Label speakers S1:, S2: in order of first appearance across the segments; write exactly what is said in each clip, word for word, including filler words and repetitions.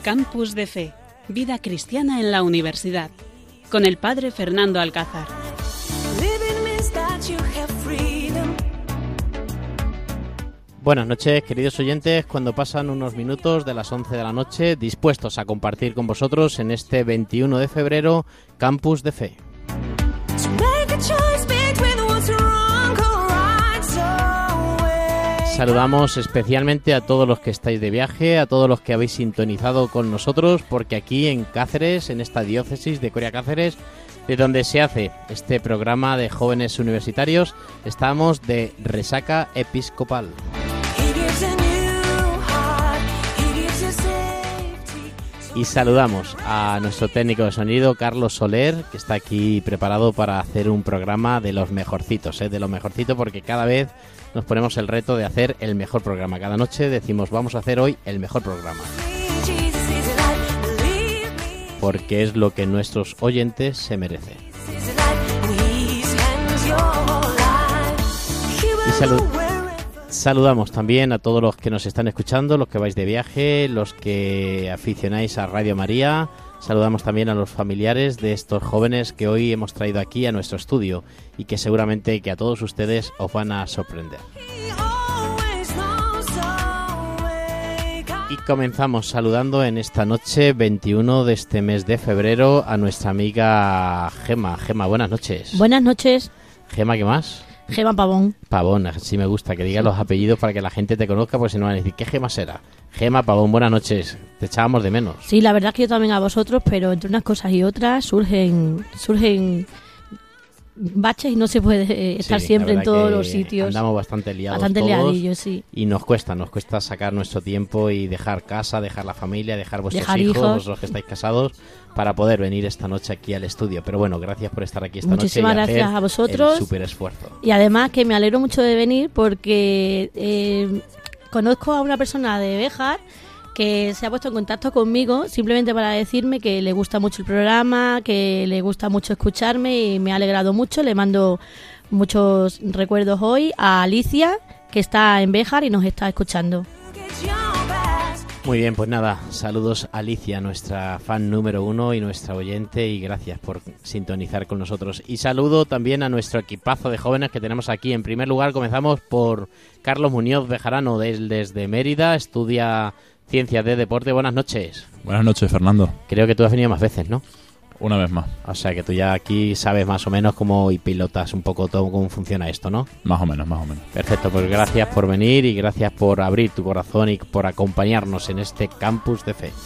S1: Campus de Fe, vida cristiana en la universidad, con el padre Fernando Alcázar.
S2: Buenas noches, queridos oyentes, cuando pasan unos minutos de las once de la noche, dispuestos a compartir con vosotros en este veintiuno de febrero, Campus de Fe. Saludamos especialmente a todos los que estáis de viaje, a todos los que habéis sintonizado con nosotros, porque aquí en Cáceres, en esta diócesis de Coria Cáceres, de donde se hace este programa de jóvenes universitarios, estamos de resaca episcopal. Y saludamos a nuestro técnico de sonido, Carlos Soler, que está aquí preparado para hacer un programa de los mejorcitos, ¿eh? de los mejorcitos, porque cada vez nos ponemos el reto de hacer el mejor programa. Cada noche decimos, vamos a hacer hoy el mejor programa. Porque es lo que nuestros oyentes se merecen. Y salud. Saludamos también a todos los que nos están escuchando, los que vais de viaje, los que aficionáis a Radio María. Saludamos también a los familiares de estos jóvenes que hoy hemos traído aquí a nuestro estudio y que seguramente que a todos ustedes os van a sorprender. Y comenzamos saludando en esta noche veintiuno de este mes de febrero a nuestra amiga Gema. Gema, buenas noches.
S3: Buenas noches.
S2: Gema, ¿qué más?
S3: Gema Pavón.
S2: Pavón, sí me gusta que digas los apellidos para que la gente te conozca, porque si no van a decir, ¿qué Gema será? Gema Pavón, buenas noches. Te echábamos de menos.
S3: Sí, la verdad es que yo también a vosotros, pero entre unas cosas y otras surgen surgen baches y no se puede estar sí, siempre en todos los sitios.
S2: Andamos bastante liados
S3: Bastante
S2: todos,
S3: liadillos, sí.
S2: Y nos cuesta, nos cuesta sacar nuestro tiempo y dejar casa, dejar la familia, dejar vuestros
S3: dejar
S2: hijos,
S3: hijos,
S2: vosotros que estáis casados, para poder venir esta noche aquí al estudio. Pero bueno, gracias por estar aquí esta
S3: Muchísimas
S2: noche y
S3: gracias
S2: hacer
S3: a vosotros.
S2: el súper esfuerzo.
S3: Y además que me alegro mucho de venir porque eh, conozco a una persona de Béjar que se ha puesto en contacto conmigo simplemente para decirme que le gusta mucho el programa, que le gusta mucho escucharme y me ha alegrado mucho. Le mando muchos recuerdos hoy a Alicia, que está en Béjar y nos está escuchando.
S2: Muy bien, pues nada, saludos a Alicia, nuestra fan número uno y nuestra oyente, y gracias por sintonizar con nosotros. Y saludo también a nuestro equipazo de jóvenes que tenemos aquí. En primer lugar, comenzamos por Carlos Muñoz Bejarano, desde Mérida, estudia Ciencias de Deporte. Buenas noches.
S4: Buenas noches, Fernando.
S2: Creo que tú has venido más veces, ¿no?
S4: Una vez más.
S2: O sea que tú ya aquí sabes más o menos cómo y pilotas un poco todo cómo funciona esto, ¿no?
S4: Más o menos, más o menos.
S2: Perfecto, pues gracias por venir y gracias por abrir tu corazón y por acompañarnos en este Campus de Fe.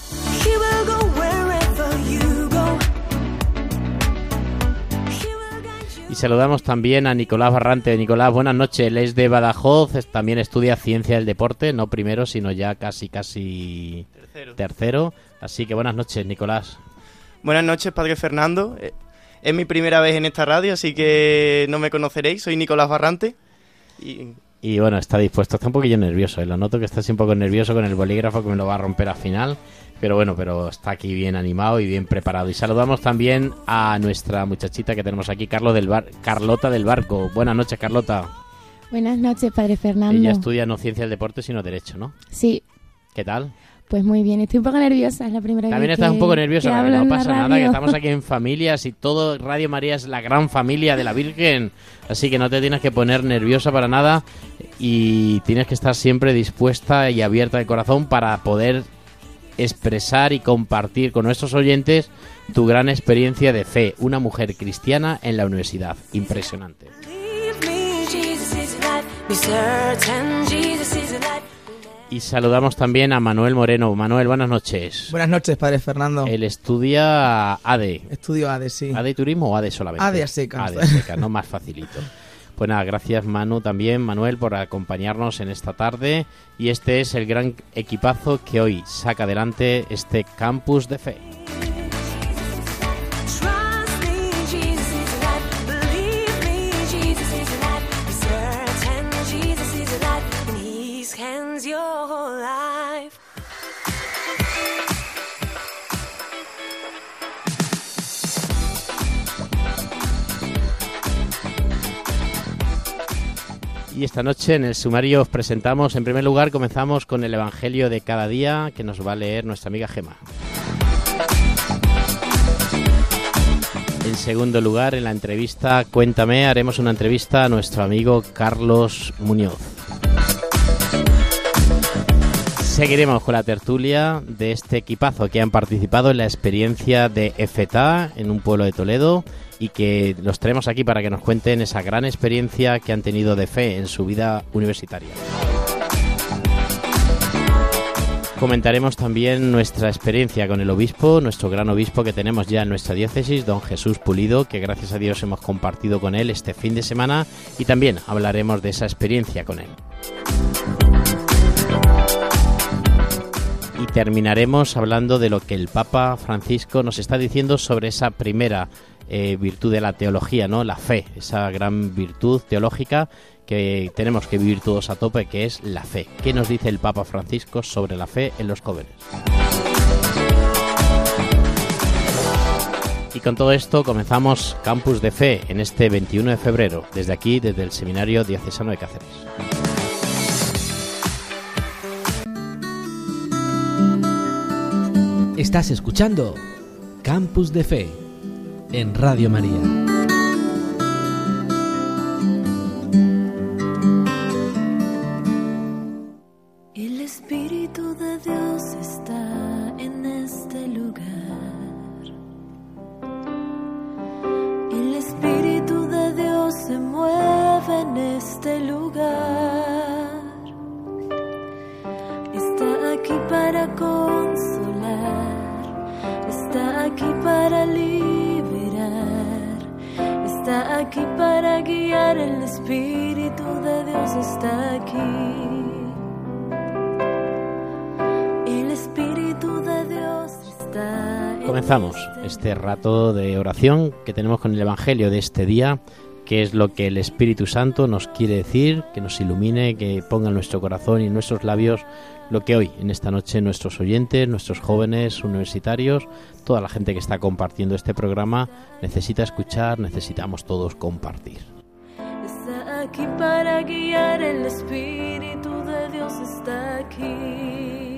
S2: Y saludamos también a Nicolás Barrante. Nicolás, buenas noches. Él es de Badajoz, también estudia Ciencia del Deporte, no primero, sino ya casi, casi tercero. tercero. Así que buenas noches, Nicolás.
S5: Buenas noches, padre Fernando. Es mi primera vez en esta radio, así que no me conoceréis. Soy Nicolás Barrante. Y,
S2: y bueno, está dispuesto. Está un poquillo nervioso. ¿eh? Lo noto que está así un poco nervioso con el bolígrafo, que me lo va a romper al final. Pero bueno, pero está aquí bien animado y bien preparado. Y saludamos también a nuestra muchachita que tenemos aquí, Carlos del Bar- Carlota del Barco. Buenas noches, Carlota.
S6: Buenas noches, padre Fernando.
S2: Ella estudia no Ciencia del Deporte, sino Derecho, ¿no?
S6: Sí.
S2: ¿Qué tal?
S6: Pues muy bien, estoy un poco nerviosa, es la primera
S2: También
S6: vez
S2: estás
S6: que,
S2: un poco nerviosa,
S6: que
S2: pero
S6: hablo
S2: no
S6: en la
S2: pasa nada,
S6: radio.
S2: que estamos aquí en familias y todo Radio María es la gran familia de la Virgen, así que no te tienes que poner nerviosa para nada y tienes que estar siempre dispuesta y abierta de corazón para poder expresar y compartir con nuestros oyentes tu gran experiencia de fe, una mujer cristiana en la universidad. Impresionante. Y saludamos también a Manuel Moreno. Manuel, buenas noches.
S7: Buenas noches, padre Fernando.
S2: Él estudia A D E.
S7: Estudio A D E, sí.
S2: ¿A D E Turismo o A D E solamente?
S7: A D E a secas.
S2: A D E a secas, no más facilito. Pues nada, gracias Manu también, Manuel, por acompañarnos en esta tarde. Y este es el gran equipazo que hoy saca adelante este Campus de Fe. Y esta noche en el sumario os presentamos, en primer lugar, comenzamos con el Evangelio de cada día que nos va a leer nuestra amiga Gema. En segundo lugar, en la entrevista Cuéntame, haremos una entrevista a nuestro amigo Carlos Muñoz. Seguiremos con la tertulia de este equipazo que han participado en la experiencia de Efetá en un pueblo de Toledo y que los traemos aquí para que nos cuenten esa gran experiencia que han tenido de fe en su vida universitaria. Comentaremos también nuestra experiencia con el obispo, nuestro gran obispo que tenemos ya en nuestra diócesis, don Jesús Pulido, que gracias a Dios hemos compartido con él este fin de semana, y también hablaremos de esa experiencia con él. Y terminaremos hablando de lo que el Papa Francisco nos está diciendo sobre esa primera eh, virtud de la teología, ¿no? La fe, esa gran virtud teológica que tenemos que vivir todos a tope, que es la fe. ¿Qué nos dice el Papa Francisco sobre la fe en los jóvenes? Y con todo esto comenzamos Campus de Fe en este veintiuno de febrero, desde aquí, desde el Seminario Diocesano de Cáceres.
S7: Estás escuchando Campus de Fe en Radio María.
S8: El Espíritu de Dios está en este lugar. El Espíritu de Dios se mueve en este lugar. Está aquí para consolar. Está aquí para liberar, está aquí para guiar, el Espíritu de Dios está aquí. El Espíritu de Dios está en
S2: Comenzamos este rato de oración que tenemos con el Evangelio de este día, que es lo que el Espíritu Santo nos quiere decir, que nos ilumine, que ponga en nuestro corazón y en nuestros labios lo que hoy, en esta noche, nuestros oyentes, nuestros jóvenes universitarios, toda la gente que está compartiendo este programa, necesita escuchar, necesitamos todos compartir.
S8: Está aquí para guiar, el Espíritu de Dios está aquí.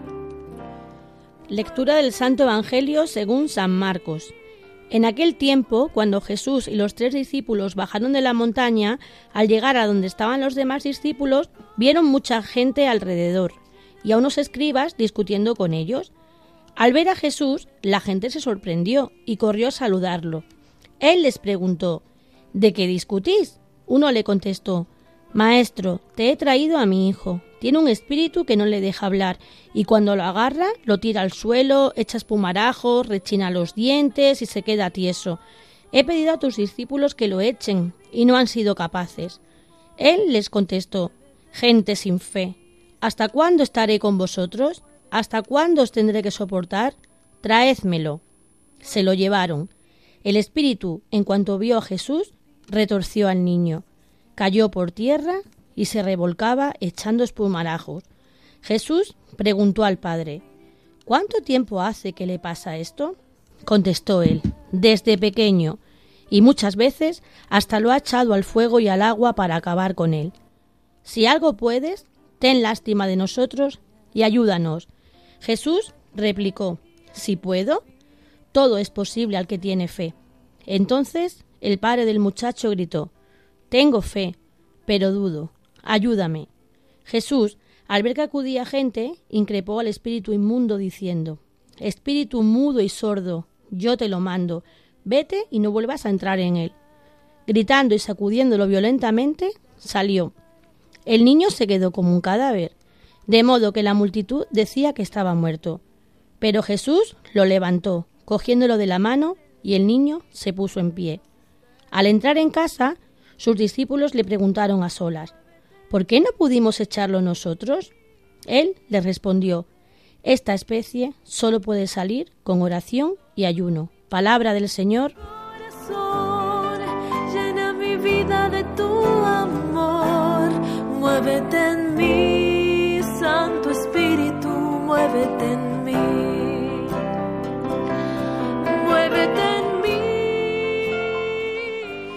S3: Lectura del Santo Evangelio según San Marcos. En aquel tiempo, cuando Jesús y los tres discípulos bajaron de la montaña, al llegar a donde estaban los demás discípulos, vieron mucha gente alrededor y a unos escribas discutiendo con ellos. Al ver a Jesús, la gente se sorprendió y corrió a saludarlo. Él les preguntó: ¿de qué discutís? Uno le contestó: Maestro, te he traído a mi hijo. Tiene un espíritu que no le deja hablar y cuando lo agarra lo tira al suelo, echa espumarajos, rechina los dientes y se queda tieso. He pedido a tus discípulos que lo echen y no han sido capaces. Él les contestó: Gente sin fe, ¿hasta cuándo estaré con vosotros? ¿Hasta cuándo os tendré que soportar? Traédmelo. Se lo llevaron. El espíritu, en cuanto vio a Jesús, retorció al niño. Cayó por tierra y se revolcaba echando espumarajos. Jesús preguntó al padre: ¿Cuánto tiempo hace que le pasa esto? Contestó él: Desde pequeño, y muchas veces hasta lo ha echado al fuego y al agua para acabar con él. Si algo puedes, ten lástima de nosotros y ayúdanos. Jesús replicó: Si puedo, todo es posible al que tiene fe. Entonces el padre del muchacho gritó: Tengo fe, pero dudo. Ayúdame. Jesús, al ver que acudía gente, increpó al espíritu inmundo diciendo: Espíritu mudo y sordo, yo te lo mando, vete y no vuelvas a entrar en él. Gritando y sacudiéndolo violentamente, salió. El niño se quedó como un cadáver, de modo que la multitud decía que estaba muerto. Pero Jesús lo levantó, cogiéndolo de la mano, y el niño se puso en pie. Al entrar en casa, sus discípulos le preguntaron a solas: ¿Por qué no pudimos echarlo nosotros? Él les respondió: Esta especie solo puede salir con oración y ayuno. Palabra del Señor.
S8: Corazón, llena mi vida de tu amor. Muévete en mí, Santo Espíritu, muévete en mí. Muévete en mí.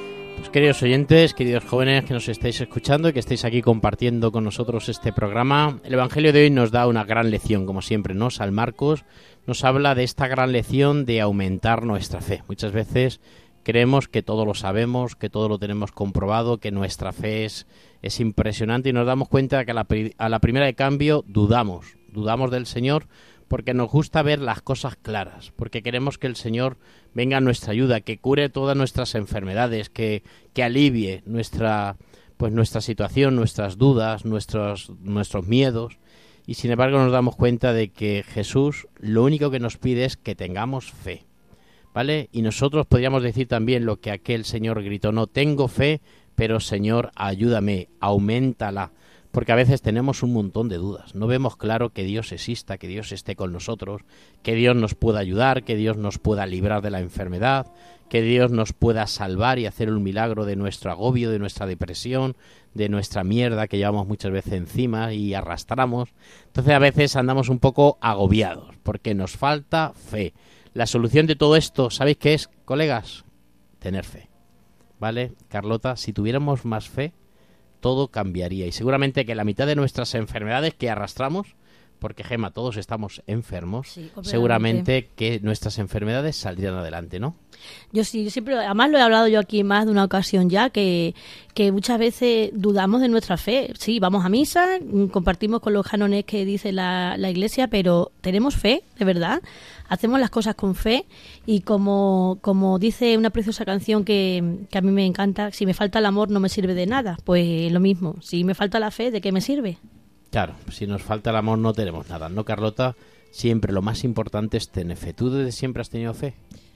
S2: queridos oyentes, queridos jóvenes que nos estáis escuchando y que estáis aquí compartiendo con nosotros este programa, el Evangelio de hoy nos da una gran lección, como siempre, ¿no? San Marcos nos habla de esta gran lección de aumentar nuestra fe. Muchas veces creemos que todo lo sabemos, que todo lo tenemos comprobado, que nuestra fe es, es impresionante y nos damos cuenta que a la, a la primera de cambio dudamos, dudamos del Señor porque nos gusta ver las cosas claras, porque queremos que el Señor venga a nuestra ayuda, que cure todas nuestras enfermedades, que, que alivie nuestra, pues nuestra situación, nuestras dudas, nuestros, nuestros miedos. Y sin embargo nos damos cuenta de que Jesús lo único que nos pide es que tengamos fe, ¿vale? Y nosotros podríamos decir también lo que aquel señor gritó: no tengo fe, pero Señor, ayúdame, auméntala. Porque a veces tenemos un montón de dudas, no vemos claro que Dios exista, que Dios esté con nosotros, que Dios nos pueda ayudar, que Dios nos pueda librar de la enfermedad, que Dios nos pueda salvar y hacer un milagro de nuestro agobio, de nuestra depresión, de nuestra mierda que llevamos muchas veces encima y arrastramos. Entonces a veces andamos un poco agobiados porque nos falta fe. La solución de todo esto, ¿sabéis qué es, colegas? Tener fe, ¿vale? Carlota, si tuviéramos más fe, todo cambiaría y seguramente que la mitad de nuestras enfermedades que arrastramos, porque Gema, todos estamos enfermos, sí, seguramente que nuestras enfermedades saldrían adelante, ¿no?
S3: Yo sí, yo siempre, además lo he hablado yo aquí más de una ocasión ya, que, que muchas veces dudamos de nuestra fe. Sí, vamos a misa, compartimos con los cánones que dice la, la Iglesia, pero ¿tenemos fe, de verdad? Hacemos las cosas con fe y como, como dice una preciosa canción que, que a mí me encanta, si me falta el amor no me sirve de nada. Pues lo mismo, si me falta la fe, ¿de qué me sirve?
S2: Claro, si nos falta el amor no tenemos nada, ¿no, Carlota? Siempre lo más importante es tener fe. ¿Tú desde siempre has tenido fe?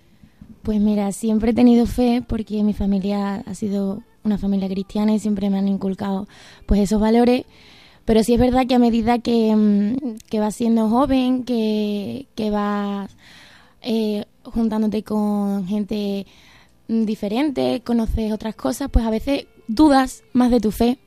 S6: Pues mira, siempre he tenido fe porque mi familia ha sido una familia cristiana y siempre me han inculcado pues esos valores. Pero sí es verdad que a medida que, que vas siendo joven, que, que vas eh, juntándote con gente diferente, conoces otras cosas, pues a veces dudas más de tu fe.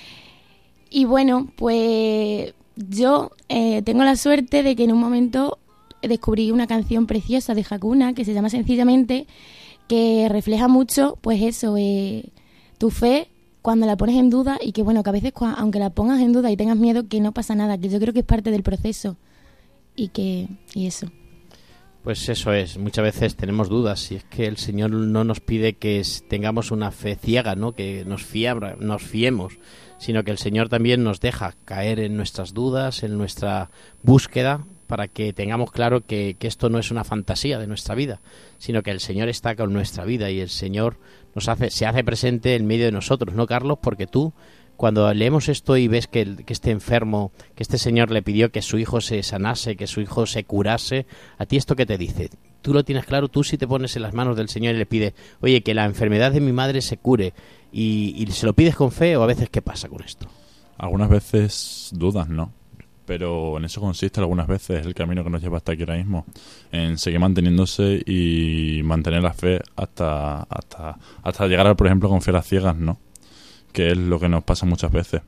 S6: Y bueno, pues yo eh, tengo la suerte de que en un momento descubrí una canción preciosa de Hakuna que se llama Sencillamente, que refleja mucho pues eso, eh, tu fe cuando la pones en duda y que bueno, que a veces aunque la pongas en duda y tengas miedo, que no pasa nada, que yo creo que es parte del proceso y que y eso.
S2: Pues eso es, muchas veces tenemos dudas y es que el Señor no nos pide que tengamos una fe ciega, ¿no? Que nos, fiabra, nos fiemos, sino que el Señor también nos deja caer en nuestras dudas, en nuestra búsqueda, para que tengamos claro que, que esto no es una fantasía de nuestra vida, sino que el Señor está con nuestra vida y el Señor nos hace, se hace presente en medio de nosotros, ¿no, Carlos? Porque tú, cuando leemos esto y ves que, el, que este enfermo, que este señor le pidió que su hijo se sanase, que su hijo se curase, ¿a ti esto qué te dice? Tú lo tienes claro, tú si te pones en las manos del Señor y le pides, oye, que la enfermedad de mi madre se cure, y, y se lo pides con fe, o a veces, ¿qué pasa con esto?
S4: Algunas veces dudas, ¿no? Pero en eso consiste algunas veces el camino que nos lleva hasta aquí ahora mismo, en seguir manteniéndose y mantener la fe hasta hasta hasta llegar a, por ejemplo, confiar a ciegas, ¿no? Que es lo que nos pasa muchas veces.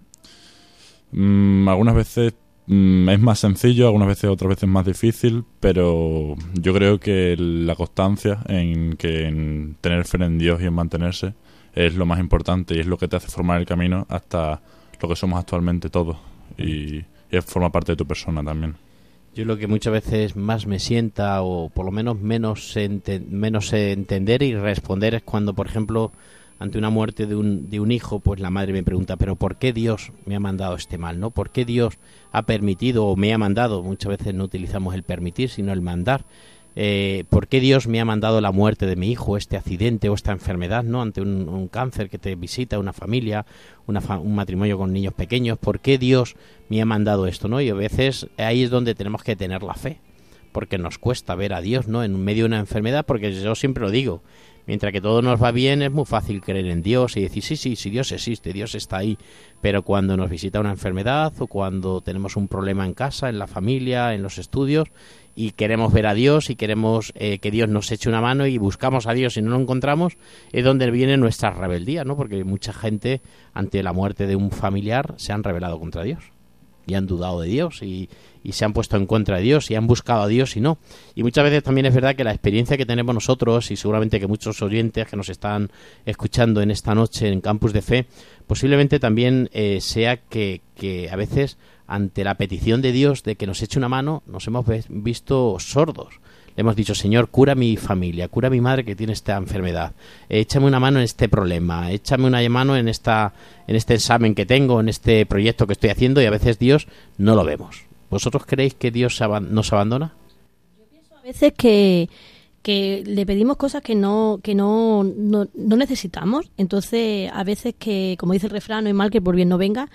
S4: Mm, algunas veces mm, es más sencillo, algunas veces otras veces más difícil, pero yo creo que la constancia en que en tener fe en Dios y en mantenerse es lo más importante y es lo que te hace formar el camino hasta lo que somos actualmente todos y y forma parte de tu persona también.
S2: Yo lo que muchas veces más me sienta, o por lo menos menos ente- menos entender y responder, es cuando, por ejemplo, ante una muerte de un, de un hijo, pues la madre me pregunta, pero ¿por qué Dios me ha mandado este mal, no? ¿Por qué Dios ha permitido o me ha mandado? Muchas veces no utilizamos el permitir, sino el mandar. Eh, ¿Por qué Dios me ha mandado la muerte de mi hijo, este accidente o esta enfermedad, no? Ante un, un cáncer que te visita, una familia, una fa- un matrimonio con niños pequeños, ¿por qué Dios me ha mandado esto, no? Y a veces ahí es donde tenemos que tener la fe, porque nos cuesta ver a Dios, ¿no? En medio de una enfermedad, porque yo siempre lo digo, mientras que todo nos va bien es muy fácil creer en Dios y decir, sí, sí, sí, Dios existe, Dios está ahí, pero cuando nos visita una enfermedad o cuando tenemos un problema en casa, en la familia, en los estudios, y queremos ver a Dios y queremos eh, que Dios nos eche una mano y buscamos a Dios y no lo encontramos, es donde viene nuestra rebeldía, ¿no? Porque mucha gente ante la muerte de un familiar se han rebelado contra Dios. y han dudado de Dios y, y se han puesto en contra de Dios y han buscado a Dios y no. Y muchas veces también es verdad que la experiencia que tenemos nosotros, y seguramente que muchos oyentes que nos están escuchando en esta noche en Campus de Fe, posiblemente también eh, sea que, que a veces ante la petición de Dios de que nos eche una mano, nos hemos visto sordos. Le hemos dicho, Señor, cura mi familia, cura mi madre que tiene esta enfermedad, échame una mano en este problema, échame una mano en esta en este examen que tengo, en este proyecto que estoy haciendo, y a veces Dios no lo vemos. ¿Vosotros creéis que Dios nos abandona?
S3: Yo pienso a veces que, que le pedimos cosas que no que no, no, no necesitamos, entonces a veces que, como dice el refrán, no hay mal que por bien no venga,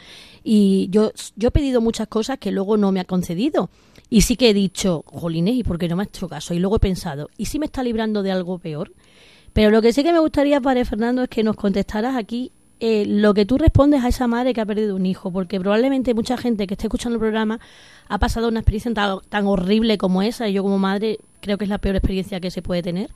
S3: y yo, yo he pedido muchas cosas que luego no me ha concedido. Y sí que he dicho, jolines, ¿y por qué no me ha hecho caso? Y luego he pensado, ¿y si me está librando de algo peor? Pero lo que sí que me gustaría, Padre Fernando, es que nos contestaras aquí eh, lo que tú respondes a esa madre que ha perdido un hijo, porque probablemente mucha gente que esté escuchando el programa ha pasado una experiencia tan, tan horrible como esa, y yo como madre creo que es la peor experiencia que se puede tener.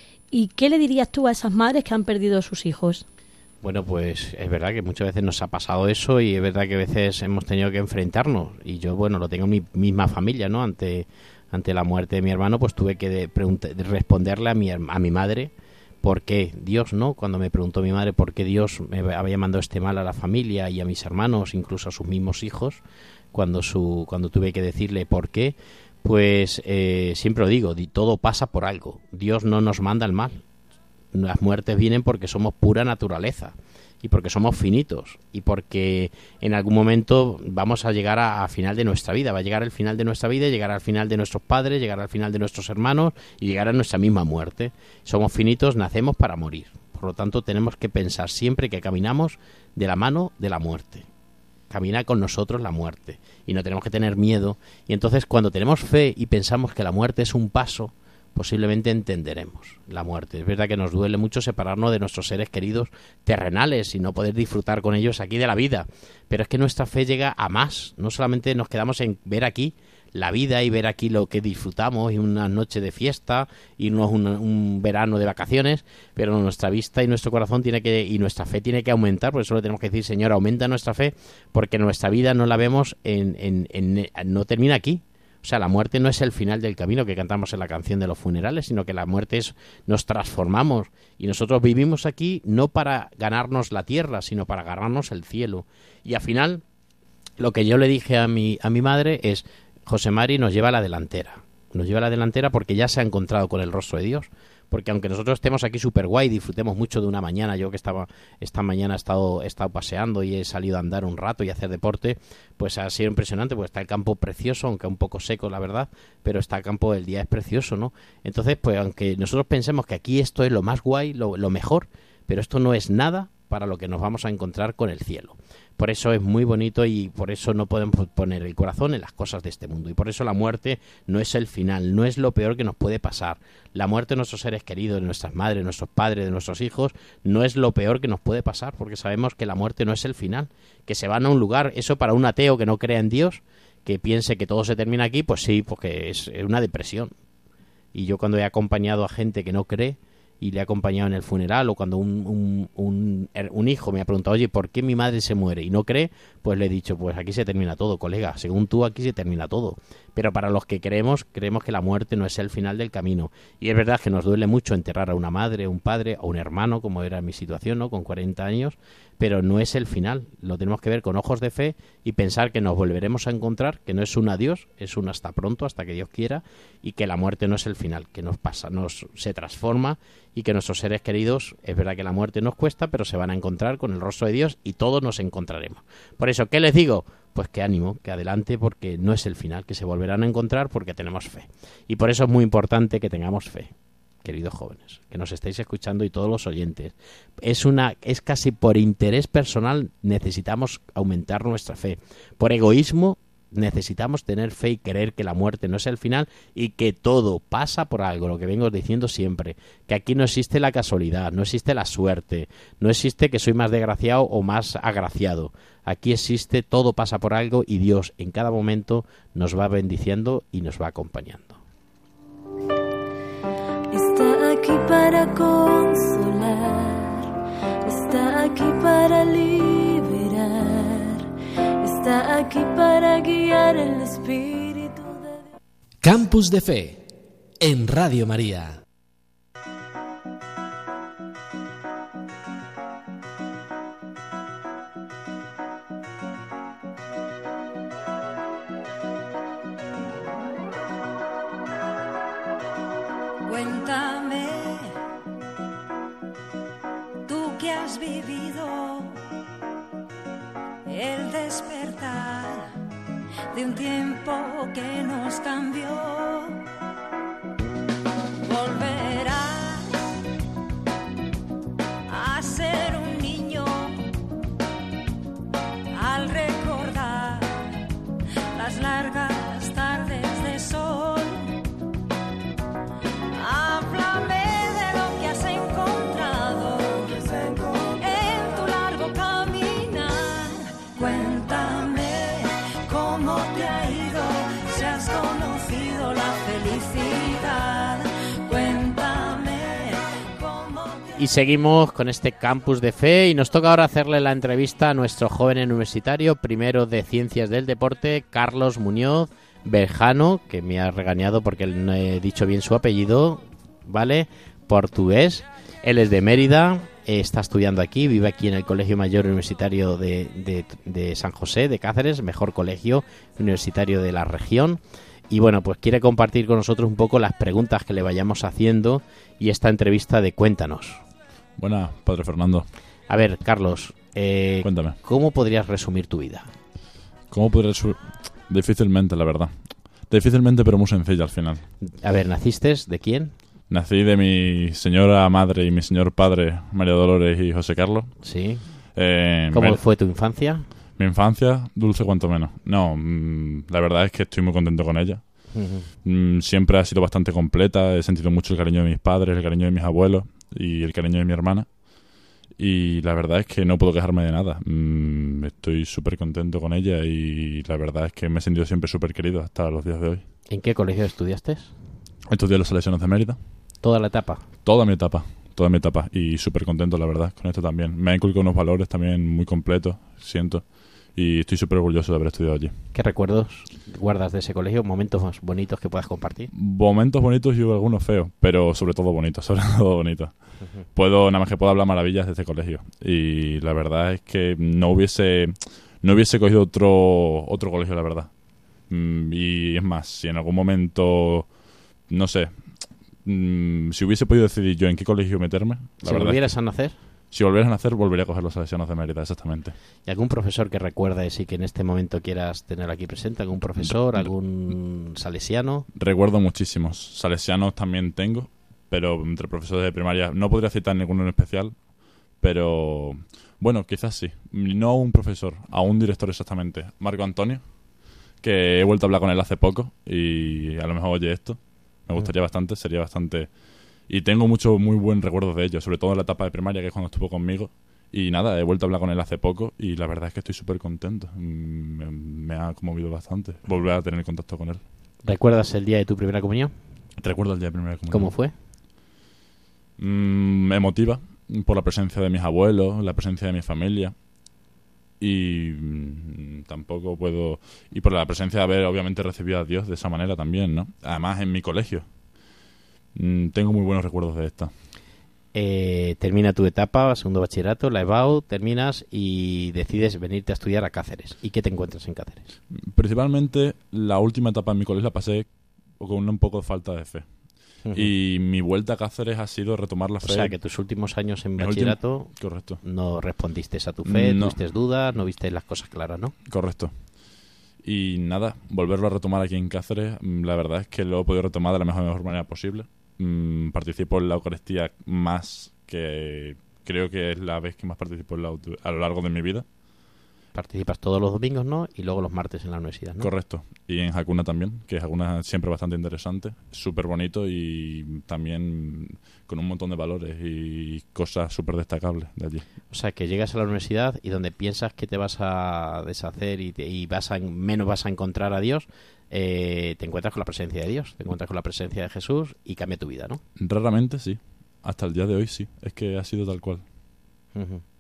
S3: ¿Y qué le dirías tú a esas madres que han perdido a sus hijos?
S2: Bueno, pues es verdad que muchas veces nos ha pasado eso, y es verdad que a veces hemos tenido que enfrentarnos, y yo, bueno, lo tengo en mi misma familia, ¿no? Ante ante la muerte de mi hermano, pues tuve que de, de responderle a mi a mi madre por qué Dios, ¿no? Cuando me preguntó mi madre por qué Dios me había mandado este mal a la familia y a mis hermanos, incluso a sus mismos hijos, cuando su cuando tuve que decirle por qué, pues eh, siempre lo digo, todo pasa por algo. Dios no nos manda el mal. Las muertes vienen porque somos pura naturaleza y porque somos finitos y porque en algún momento vamos a llegar a, a final de nuestra vida, va a llegar el final de nuestra vida, llegar al final de nuestros padres, llegar al final de nuestros hermanos y llegar a nuestra misma muerte. Somos finitos, nacemos para morir. Por lo tanto, tenemos que pensar siempre que caminamos de la mano de la muerte. Camina con nosotros la muerte y no tenemos que tener miedo. Y entonces, cuando tenemos fe y pensamos que la muerte es un paso, posiblemente entenderemos la muerte. Es verdad que nos duele mucho separarnos de nuestros seres queridos terrenales y no poder disfrutar con ellos aquí de la vida, pero es que nuestra fe llega a más. No solamente nos quedamos en ver aquí la vida y ver aquí lo que disfrutamos y una noche de fiesta y no un, un verano de vacaciones, pero nuestra vista y nuestro corazón tiene que y nuestra fe tiene que aumentar. Por eso le tenemos que decir, Señor, aumenta nuestra fe, porque nuestra vida no la vemos en, en, en no termina aquí. O sea, la muerte no es el final del camino que cantamos en la canción de los funerales, sino que la muerte es, nos transformamos y nosotros vivimos aquí no para ganarnos la tierra, sino para ganarnos el cielo. Y al final, lo que yo le dije a mi, a mi madre es, José Mari nos lleva a la delantera, nos lleva a la delantera porque ya se ha encontrado con el rostro de Dios. Porque aunque nosotros estemos aquí súper guay, disfrutemos mucho de una mañana, yo que estaba esta mañana he estado, he estado paseando y he salido a andar un rato y a hacer deporte, pues ha sido impresionante, porque está el campo precioso, aunque un poco seco la verdad, pero está el campo, el día es precioso, ¿no? Entonces, pues aunque nosotros pensemos que aquí esto es lo más guay, lo, lo mejor, pero esto no es nada para lo que nos vamos a encontrar con el cielo. Por eso es muy bonito y por eso no podemos poner el corazón en las cosas de este mundo. Y por eso la muerte no es el final, no es lo peor que nos puede pasar. La muerte de nuestros seres queridos, de nuestras madres, de nuestros padres, de nuestros hijos, no es lo peor que nos puede pasar, porque sabemos que la muerte no es el final, que se van a un lugar. Eso para un ateo que no crea en Dios, que piense que todo se termina aquí, pues sí, porque es una depresión. Y yo cuando he acompañado a gente que no cree, y le he acompañado en el funeral, o cuando un, un, un, un hijo me ha preguntado, oye, ¿por qué mi madre se muere y no cree? Pues le he dicho, pues aquí se termina todo, colega, según tú aquí se termina todo. Pero para los que creemos, creemos que la muerte no es el final del camino. Y es verdad que nos duele mucho enterrar a una madre, un padre, o un hermano, como era mi situación, ¿no? Con cuarenta años, pero no es el final. Lo tenemos que ver con ojos de fe y pensar que nos volveremos a encontrar, que no es un adiós, es un hasta pronto, hasta que Dios quiera, y que la muerte no es el final, que nos pasa, nos se transforma, y que nuestros seres queridos, es verdad que la muerte nos cuesta, pero se van a encontrar con el rostro de Dios y todos nos encontraremos. Por eso, ¿qué les digo? Pues que ánimo, que adelante, porque no es el final, que se volverán a encontrar porque tenemos fe. Y por eso es muy importante que tengamos fe, queridos jóvenes, que nos estáis escuchando y todos los oyentes. Es una, es casi por interés personal necesitamos aumentar nuestra fe. Por egoísmo necesitamos tener fe y creer que la muerte no es el final y que todo pasa por algo, lo que vengo diciendo siempre, que aquí no existe la casualidad, no existe la suerte, no existe que soy más desgraciado o más agraciado. Aquí existe, todo pasa por algo y Dios en cada momento nos va bendiciendo y nos va acompañando.
S8: Está aquí para consolar, está aquí para liberar, está está aquí para guiar el Espíritu de Dios.
S7: Campus de Fe en Radio María.
S9: Cuéntame, tú que has vivido el despertar de un tiempo que nos cambió. Volverás a ser un niño al recordar las largas tardes de sol. Háblame de lo que has encontrado en tu largo caminar. Cuéntame cómo te ha ido, si has conocido la felicidad. Cuéntame cómo te...
S2: Y seguimos con este Campus de Fe y nos toca ahora hacerle la entrevista a nuestro joven universitario, primero de Ciencias del Deporte, Carlos Muñoz Berjano, que me ha regañado porque no he dicho bien su apellido, ¿vale? Portugués. Él es de Mérida, está estudiando aquí, vive aquí en el Colegio Mayor Universitario de, de, de San José, de Cáceres, mejor colegio universitario de la región. Y bueno, pues quiere compartir con nosotros un poco las preguntas que le vayamos haciendo y esta entrevista de Cuéntanos.
S4: Buenas, padre Fernando.
S2: A ver, Carlos, eh,
S4: Cuéntame.
S2: ¿cómo podrías resumir tu vida?
S4: ¿Cómo podría resumir? Difícilmente, la verdad. Difícilmente, pero muy sencilla al final.
S2: A ver, ¿naciste de quién?
S4: Nací de mi señora madre y mi señor padre, María Dolores y José Carlos.
S2: Sí.
S4: Eh,
S2: ¿Cómo
S4: me-
S2: fue tu infancia?
S4: Mi infancia, dulce cuanto menos. No, mm, la verdad es que estoy muy contento con ella.
S2: Ujú.
S4: Mm, siempre ha sido bastante completa. He sentido mucho el cariño de mis padres, el cariño de mis abuelos y el cariño de mi hermana. Y la verdad es que no puedo quejarme de nada. Mm, estoy súper contento con ella y la verdad es que me he sentido siempre súper querido hasta los días de hoy.
S2: ¿En qué colegio estudiaste?
S4: Estudié en los Salesianos de Mérida.
S2: Toda la etapa.
S4: Toda mi etapa, toda mi etapa. Y súper contento, la verdad, con esto también. Me ha inculcado unos valores también muy completos, siento. Y estoy súper orgulloso de haber estudiado allí.
S2: ¿Qué recuerdos guardas de ese colegio? ¿Momentos más bonitos que puedas compartir?
S4: Momentos bonitos y algunos feos, pero sobre todo bonitos, sobre todo bonitos. Puedo, nada más que puedo hablar maravillas de este colegio. Y la verdad es que no hubiese, no hubiese cogido otro, otro colegio, la verdad. Mm, Y es más, si en algún momento, no sé, mm, si hubiese podido decidir yo en qué colegio meterme, la
S2: Si
S4: verdad es
S2: volvieras
S4: que
S2: a nacer,
S4: si volvieras a nacer, volvería a coger los Salesianos de Mérida, exactamente.
S2: ¿y algún profesor que recuerdes y que en este momento quieras tener aquí presente? ¿Algún profesor, algún salesiano?
S4: Recuerdo muchísimos. Salesianos también tengo, pero entre profesores de primaria no podría citar ninguno en especial, pero bueno, quizás sí. No a un profesor, a un director exactamente. Marco Antonio, que he vuelto a hablar con él hace poco y a lo mejor oye esto. Me gustaría bastante, sería bastante... Y tengo mucho muy buen recuerdo de ello, sobre todo en la etapa de primaria, que es cuando estuvo conmigo. Y nada, he vuelto a hablar con él hace poco y la verdad es que estoy súper contento. Mm, Me, me ha conmovido bastante volver a tener contacto con él.
S2: ¿Recuerdas el día de tu primera comunión?
S4: Recuerdo el día de primera comunión.
S2: ¿Cómo fue?
S4: Mm, emotiva por la presencia de mis abuelos, la presencia de mi familia y mm, tampoco puedo y por la presencia de haber obviamente recibido a Dios de esa manera también, ¿no? Además en mi colegio. Mm, tengo muy buenos recuerdos de esta.
S2: Eh, termina tu etapa, segundo bachillerato, la EBAU, terminas y decides venirte a estudiar a Cáceres. ¿Y qué te encuentras en Cáceres?
S4: Principalmente la última etapa en mi colegio la pasé con un poco de falta de fe.
S2: Ujú.
S4: Y mi vuelta a Cáceres ha sido retomar la
S2: O
S4: fe.
S2: sea, que tus últimos años en
S4: Mis
S2: bachillerato
S4: últimos- Correcto.
S2: no respondiste a tu fe,
S4: No.
S2: tuviste dudas, no viste las cosas claras, ¿no?
S4: Correcto. Y nada, volverlo a retomar aquí en Cáceres, mm, la verdad es que lo he podido retomar de la mejor, mejor manera posible. Mm, participo en la Eucaristía más que creo que es la vez que más participo en la, auto- a lo largo de mi vida.
S2: Participas todos los domingos, ¿no? Y luego los martes en la universidad, ¿no?
S4: Correcto. Y en Hakuna también, que Hakuna siempre bastante interesante, súper bonito y también con un montón de valores y cosas súper destacables de allí.
S2: O sea, que llegas a la universidad y donde piensas que te vas a deshacer y, te- y vas a, menos vas a encontrar a Dios, eh, te encuentras con la presencia de Dios, te encuentras con la presencia de Jesús y cambia tu vida, ¿no?
S4: Raramente sí. Hasta el día de hoy sí. Es que ha sido tal cual.
S2: Ujú.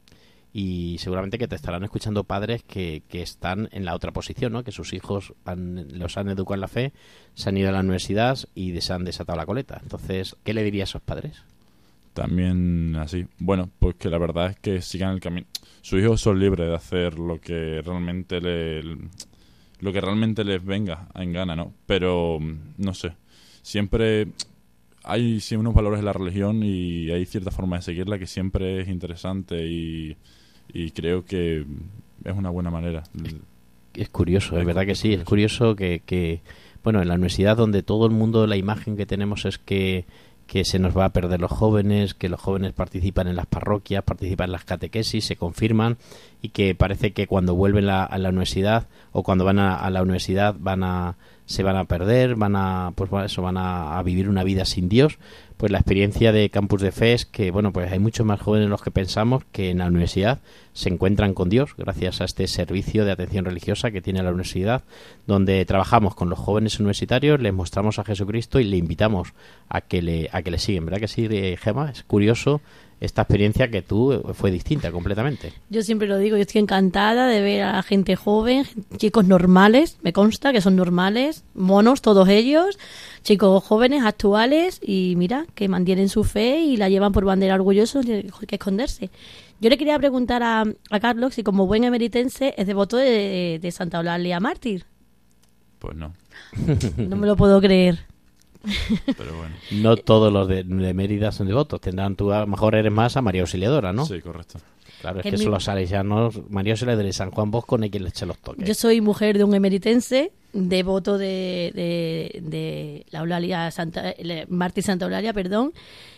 S2: y seguramente que te estarán escuchando padres que, que están en la otra posición, ¿no? Que sus hijos han, los han educado en la fe, se han ido a la universidad y se han desatado la coleta. Entonces, ¿qué le diría a esos padres?
S4: También así. Bueno, pues que la verdad es que sigan el camino. Sus hijos son libres de hacer lo que realmente le, lo que realmente les venga en gana, ¿no? Pero, no sé, siempre hay sí, unos valores en la religión y hay cierta forma de seguirla que siempre es interesante y, y creo que es una buena manera.
S2: Es, es curioso, es verdad que sí, es curioso que, que, bueno, en la universidad donde todo el mundo, la imagen que tenemos es que que se nos va a perder los jóvenes, que los jóvenes participan en las parroquias, participan en las catequesis, se confirman y que parece que cuando vuelven la, a la universidad o cuando van a, a la universidad van a se van a perder, van a pues bueno, eso van a, a vivir una vida sin Dios. Pues la experiencia de Campus de Fe es que bueno, pues hay muchos más jóvenes de los que pensamos que en la universidad se encuentran con Dios gracias a este servicio de atención religiosa que tiene la universidad, donde trabajamos con los jóvenes universitarios, les mostramos a Jesucristo y le invitamos a que le a que le siguen, ¿verdad que sí, Gemma? Es curioso esta experiencia que tú fue distinta completamente.
S3: Yo siempre lo digo, yo estoy encantada de ver a gente joven, chicos normales, me consta que son normales, monos todos ellos, chicos jóvenes, actuales, y mira, que mantienen su fe y la llevan por bandera orgullosos, que esconderse. Yo le quería preguntar a, a Carlos si como buen emeritense es devoto de, de Santa Eulalia Mártir.
S4: Pues no.
S3: No me lo puedo creer.
S4: Pero bueno.
S2: No todos los de, de Mérida son devotos. Tendrán tú, a lo mejor eres más a María Auxiliadora, ¿no?
S4: Sí, correcto.
S2: Claro, es
S3: El
S2: que
S3: mi-
S2: son los salesianos, María Auxiliadora y San Juan Bosco, no hay quien le eche los toques.
S3: Yo soy mujer de un emeritense, devoto de, de, de la Eulalia Santa, le- Mártir Santa Eulalia, perdón,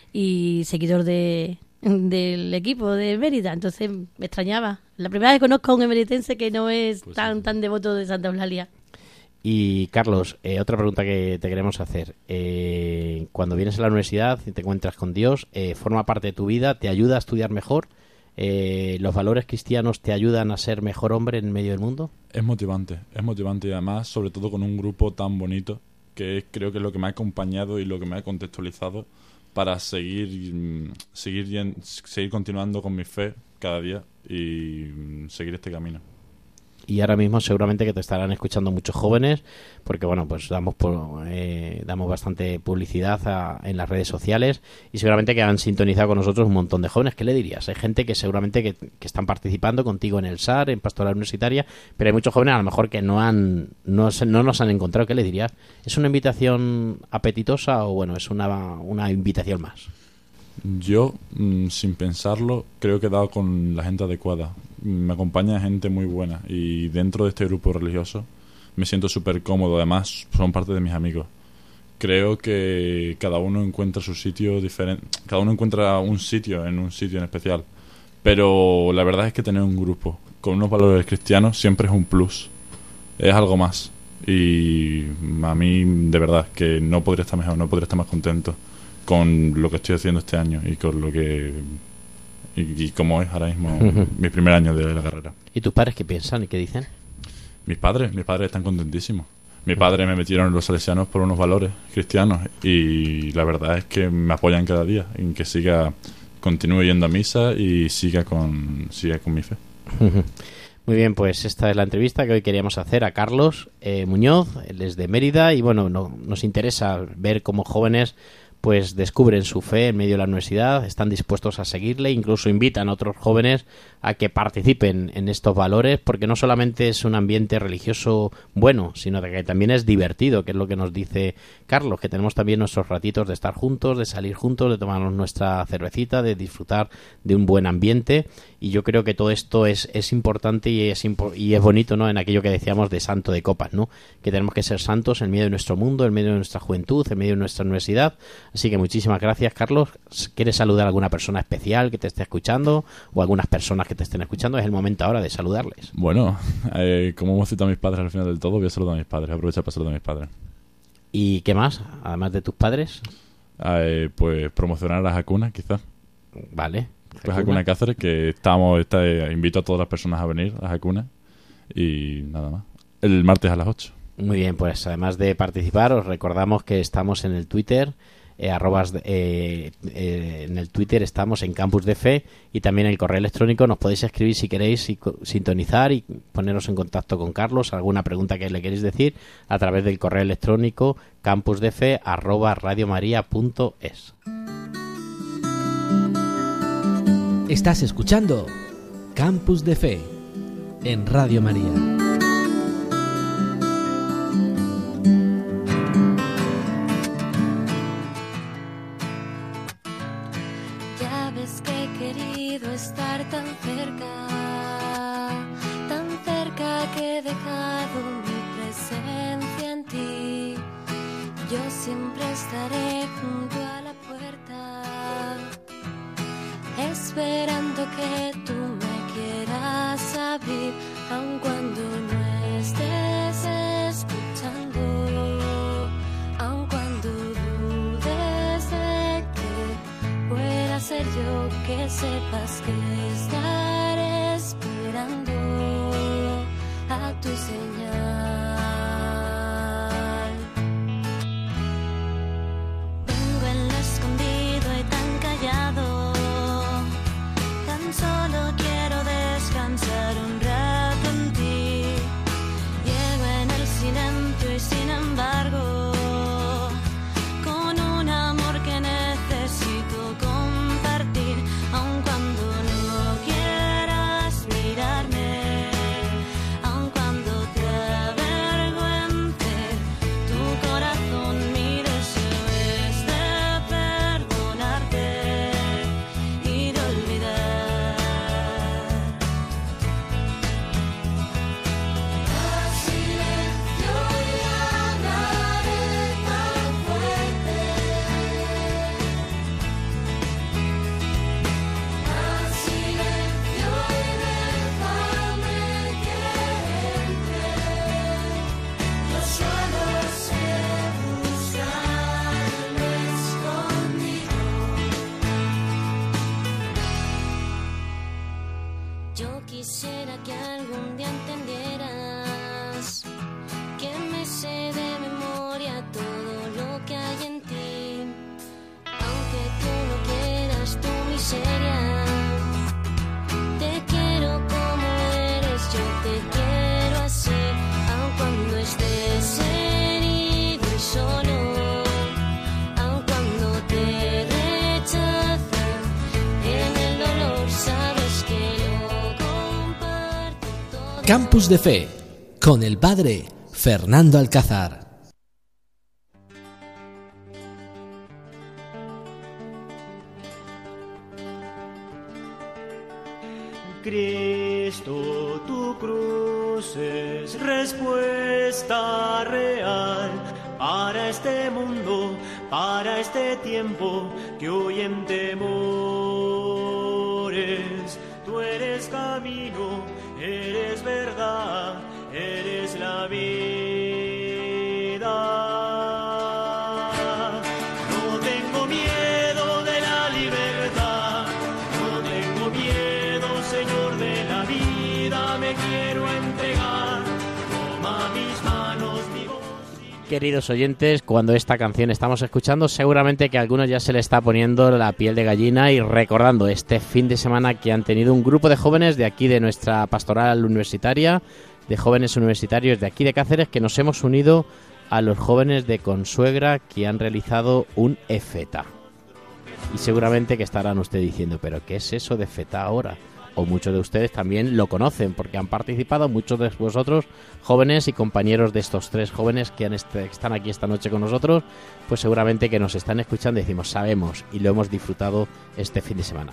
S3: y seguidor de del equipo de Mérida, entonces me extrañaba. La primera vez que conozco a un emeritense que no es
S4: Pues
S3: tan
S4: sí.
S3: tan devoto de Santa Eulalia.
S2: Y Carlos, eh, otra pregunta que te queremos hacer. Eh, cuando vienes a la universidad y te encuentras con Dios, eh, ¿forma parte de tu vida? ¿Te ayuda a estudiar mejor? Eh, ¿Los valores cristianos te ayudan a ser mejor hombre en medio del mundo?
S4: Es motivante, es motivante y además, sobre todo con un grupo tan bonito, que es, creo que es lo que me ha acompañado y lo que me ha contextualizado para seguir mm, seguir yen- seguir continuando con mi fe cada día y mm, seguir este camino.
S2: Y ahora mismo seguramente que te estarán escuchando muchos jóvenes, porque bueno, pues damos por, eh, damos bastante publicidad a- en las redes sociales y seguramente que han sintonizado con nosotros un montón de jóvenes. ¿Qué le dirías? Hay gente que seguramente que, que están participando contigo en el S A R, en Pastoral Universitaria, pero hay muchos jóvenes a lo mejor que no han no, se- no nos han encontrado. ¿Qué le dirías? ¿Es una invitación apetitosa o bueno, es una, una invitación más?
S4: Yo, mm, sin pensarlo, creo que he dado con la gente adecuada. Me acompaña gente muy buena y dentro de este grupo religioso me siento súper cómodo. Además, son parte de mis amigos. Creo que cada uno encuentra su sitio diferente. Cada uno encuentra un sitio en un sitio en especial. Pero la verdad es que tener un grupo con unos valores cristianos siempre es un plus. Es algo más. Y a mí, de verdad, que no podría estar mejor, no podría estar más contento con lo que estoy haciendo este año y con lo que y, y como es ahora mismo
S2: Ujú.
S4: mi primer año de la carrera.
S2: ¿Y tus padres qué piensan y qué dicen?
S4: Mis padres, mis padres están contentísimos. Mis padres me metieron en los salesianos por unos valores cristianos y la verdad es que me apoyan cada día en que siga, continúe yendo a misa y siga con siga con mi fe.
S2: Muy bien, pues esta es la entrevista que hoy queríamos hacer a Carlos eh, Muñoz, él es de Mérida y bueno, no, nos interesa ver cómo jóvenes pues descubren su fe en medio de la universidad, están dispuestos a seguirle, incluso invitan a otros jóvenes a que participen en estos valores, porque no solamente es un ambiente religioso bueno, sino que también es divertido, que es lo que nos dice Carlos, que tenemos también nuestros ratitos de estar juntos, de salir juntos, de tomarnos nuestra cervecita, de disfrutar de un buen ambiente, y yo creo que todo esto es, es importante y es, impo- y es bonito, ¿no? En aquello que decíamos de santo de copas, ¿no? Que tenemos que ser santos en medio de nuestro mundo, en medio de nuestra juventud, en medio de nuestra universidad. Así que muchísimas gracias, Carlos. ¿Quieres saludar a alguna persona especial que te esté escuchando o algunas personas que te estén escuchando? Es el momento ahora de saludarles.
S4: Bueno, eh, como hemos citado a mis padres al final del todo, voy a saludar a mis padres, aprovechar para saludar a mis padres.
S2: ¿Y qué más? Además de tus padres.
S4: Eh, pues promocionar a Hakuna, quizás.
S2: Vale.
S4: Pues Hakuna Cáceres, que estamos, está, eh, invito a todas las personas a venir a Hakuna y nada más. El martes a las ocho.
S2: Muy bien, pues además de participar, os recordamos que estamos en el Twitter, eh, arrobas, eh, eh, en el Twitter estamos en Campus de Fe, y también el correo electrónico nos podéis escribir si queréis y sintonizar y poneros en contacto con Carlos, alguna pregunta que le queréis decir a través del correo electrónico campusdefe arroba radiomaria punto es.
S7: Estás escuchando Campus de Fe en Radio María.
S8: Ya ves que he querido estar tan cerca, tan cerca que he dejado mi presencia en ti. Yo siempre estaré junto a la puerta, esperando que tú me quieras abrir, aun cuando no estés escuchando, aun cuando dudes de que pueda ser yo, que sepas que estaré esperando a tu señal. Vengo en lo escondido y tan callado, solo quiero descansar un rato en ti. Llego en el silencio y sin embargo, con un amor que necesito compartir, aun cuando no quieras mirarme, aun cuando te avergüence tu corazón, mi deseo es de perdonarte y de olvidar. Yo quisiera que algún día entendieras que me sé de memoria todo lo que hay en ti, aunque tú no quieras tu miseria. Te quiero como eres, yo te quiero así, aun cuando estés herido y solo, aun cuando te rechazan, en el dolor sabes que
S7: Campus de Fe, con el padre Fernando Alcázar.
S10: Cristo, tu cruz es respuesta real para este mundo, para este tiempo que hoy en temores. Tú eres camino, eres verdad, eres la vida. No tengo miedo de la libertad, no tengo miedo, Señor, de la vida, me quiero entregar. Toma mis manos, mi voz.
S2: Queridos oyentes, cuando esta canción estamos escuchando, seguramente que a algunos ya se le está poniendo la piel de gallina y recordando este fin de semana que han tenido un grupo de jóvenes de aquí de nuestra pastoral universitaria, de jóvenes universitarios de aquí de Cáceres, que nos hemos unido a los jóvenes de Consuegra que han realizado un EFETA. Y seguramente que estarán ustedes diciendo, ¿pero qué es eso de EFETA ahora? O muchos de ustedes también lo conocen porque han participado, muchos de vosotros, jóvenes y compañeros de estos tres jóvenes que han est- están aquí esta noche con nosotros, pues seguramente que nos están escuchando y decimos, sabemos, y lo hemos disfrutado este fin de semana.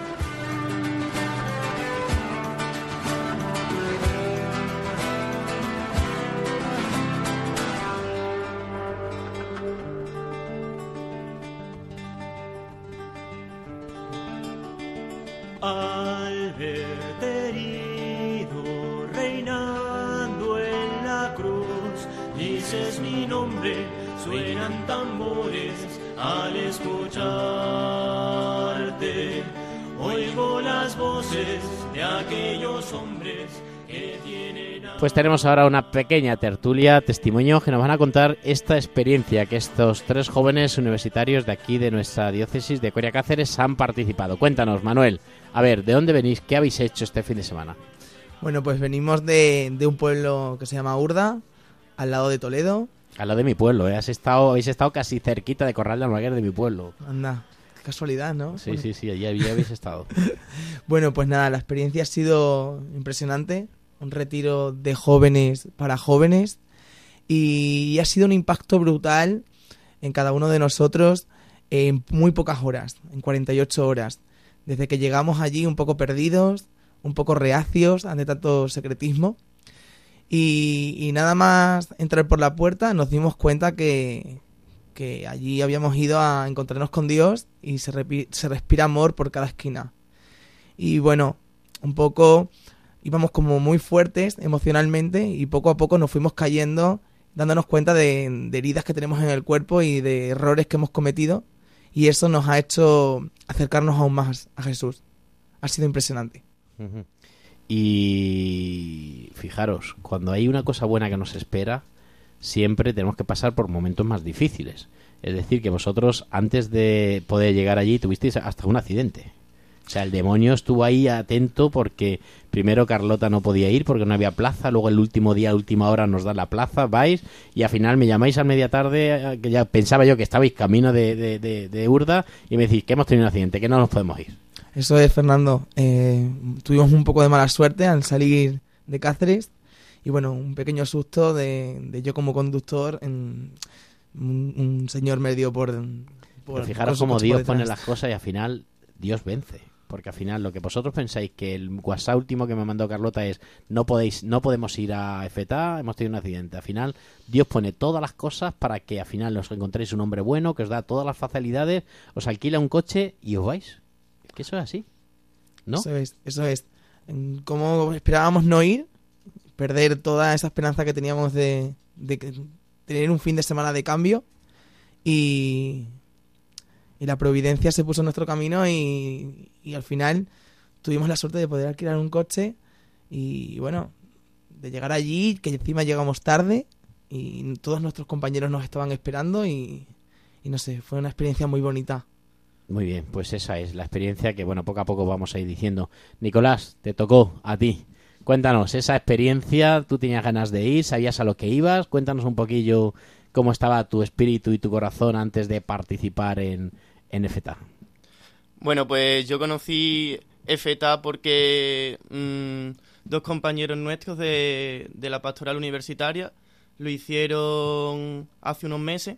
S10: Al verte herido, reinando en la cruz, dices mi nombre, suenan tambores al escucharte. Oigo las voces de aquellos hombres que que tienen a...
S2: Pues tenemos ahora una pequeña tertulia, testimonio, que nos van a contar esta experiencia que estos tres jóvenes universitarios de aquí, de nuestra diócesis de Coria Cáceres, han participado. Cuéntanos, Manuel, a ver, ¿de dónde venís? ¿Qué habéis hecho este fin de semana?
S11: Bueno, pues venimos de, de un pueblo que se llama Urda, al lado de Toledo.
S2: Al lado de mi pueblo, ¿eh? Has estado, habéis estado casi cerquita de Corral de Almaguer, de mi pueblo.
S11: Anda, qué casualidad, ¿no?
S2: Sí,
S11: Bueno.
S2: sí, sí, allí, allí habéis estado.
S11: Bueno, pues nada, la experiencia ha sido impresionante. Un retiro de jóvenes para jóvenes. Y ha sido un impacto brutal en cada uno de nosotros en muy pocas horas, en cuarenta y ocho horas. Desde que llegamos allí un poco perdidos, un poco reacios ante tanto secretismo. Y, y nada más entrar por la puerta nos dimos cuenta que, que allí habíamos ido a encontrarnos con Dios y se, repi- se respira amor por cada esquina. Y bueno, un poco íbamos como muy fuertes emocionalmente y poco a poco nos fuimos cayendo, dándonos cuenta de, de heridas que tenemos en el cuerpo y de errores que hemos cometido. Y eso nos ha hecho acercarnos aún más a Jesús. Ha sido impresionante.
S2: Uh-huh. Y fijaros, cuando hay una cosa buena que nos espera, siempre tenemos que pasar por momentos más difíciles. Es decir, que vosotros antes de poder llegar allí tuvisteis hasta un accidente. O sea, el demonio estuvo ahí atento porque primero Carlota no podía ir porque no había plaza, luego el último día, a última hora nos da la plaza, vais y al final me llamáis a media tarde, que ya pensaba yo que estabais camino de, de, de, de Urda y me decís que hemos tenido un accidente, que no nos podemos ir.
S11: Eso es, Fernando. Eh, tuvimos un poco de mala suerte al salir de Cáceres y bueno, un pequeño susto de, de yo como conductor, en, un, un señor me dio por... por
S2: Pero fijaros
S11: por
S2: cómo Dios
S11: detrás.
S2: pone las cosas y al final Dios vence. Porque al final lo que vosotros pensáis que el WhatsApp último que me mandó Carlota es no podéis, no podemos ir a F T A, hemos tenido un accidente. Al final Dios pone todas las cosas para que al final os encontréis un hombre bueno que os da todas las facilidades, os alquila un coche y os vais. Que eso es así, ¿no?
S11: Eso es, eso es. Como esperábamos no ir, perder toda esa esperanza que teníamos de, de que- tener un fin de semana de cambio y, y la providencia se puso en nuestro camino y, y al final tuvimos la suerte de poder alquilar un coche y bueno, de llegar allí, que encima llegamos tarde y todos nuestros compañeros nos estaban esperando y, y no sé, fue una experiencia muy bonita.
S2: Muy bien, pues esa es la experiencia que, bueno, poco a poco vamos a ir diciendo. Nicolás, te tocó a ti. Cuéntanos, esa experiencia, tú tenías ganas de ir, sabías a lo que ibas. Cuéntanos un poquillo cómo estaba tu espíritu y tu corazón antes de participar en, en F T A.
S5: Bueno, pues yo conocí F T A porque mmm, dos compañeros nuestros de, de la pastoral universitaria lo hicieron hace unos meses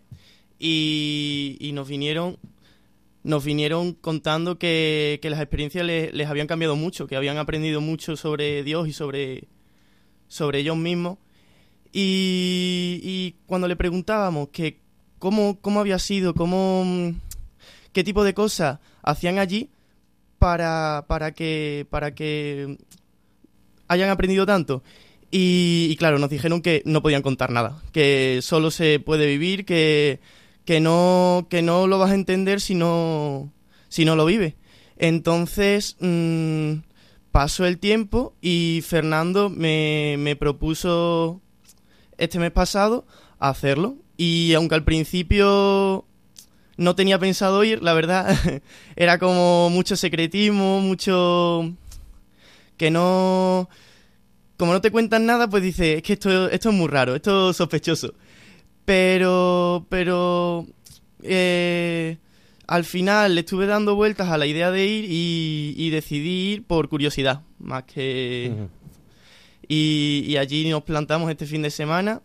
S5: y, y nos vinieron nos vinieron contando que, que las experiencias les, les habían cambiado mucho, que habían aprendido mucho sobre Dios y sobre, sobre ellos mismos. Y, y cuando le preguntábamos que cómo, cómo había sido, cómo, qué tipo de cosas hacían allí para, para, que, para que hayan aprendido tanto. Y, y claro, nos dijeron que no podían contar nada, que solo se puede vivir, que... que no que no lo vas a entender si no si no lo vives. Entonces mmm, pasó el tiempo y Fernando me, me propuso este mes pasado hacerlo y aunque al principio no tenía pensado ir, la verdad era como mucho secretismo, mucho que no como no te cuentan nada, pues dices, es que esto esto es muy raro, esto es sospechoso. Pero, pero eh, al final le estuve dando vueltas a la idea de ir y, y decidí ir por curiosidad, más que... Uh-huh. Y, y allí nos plantamos este fin de semana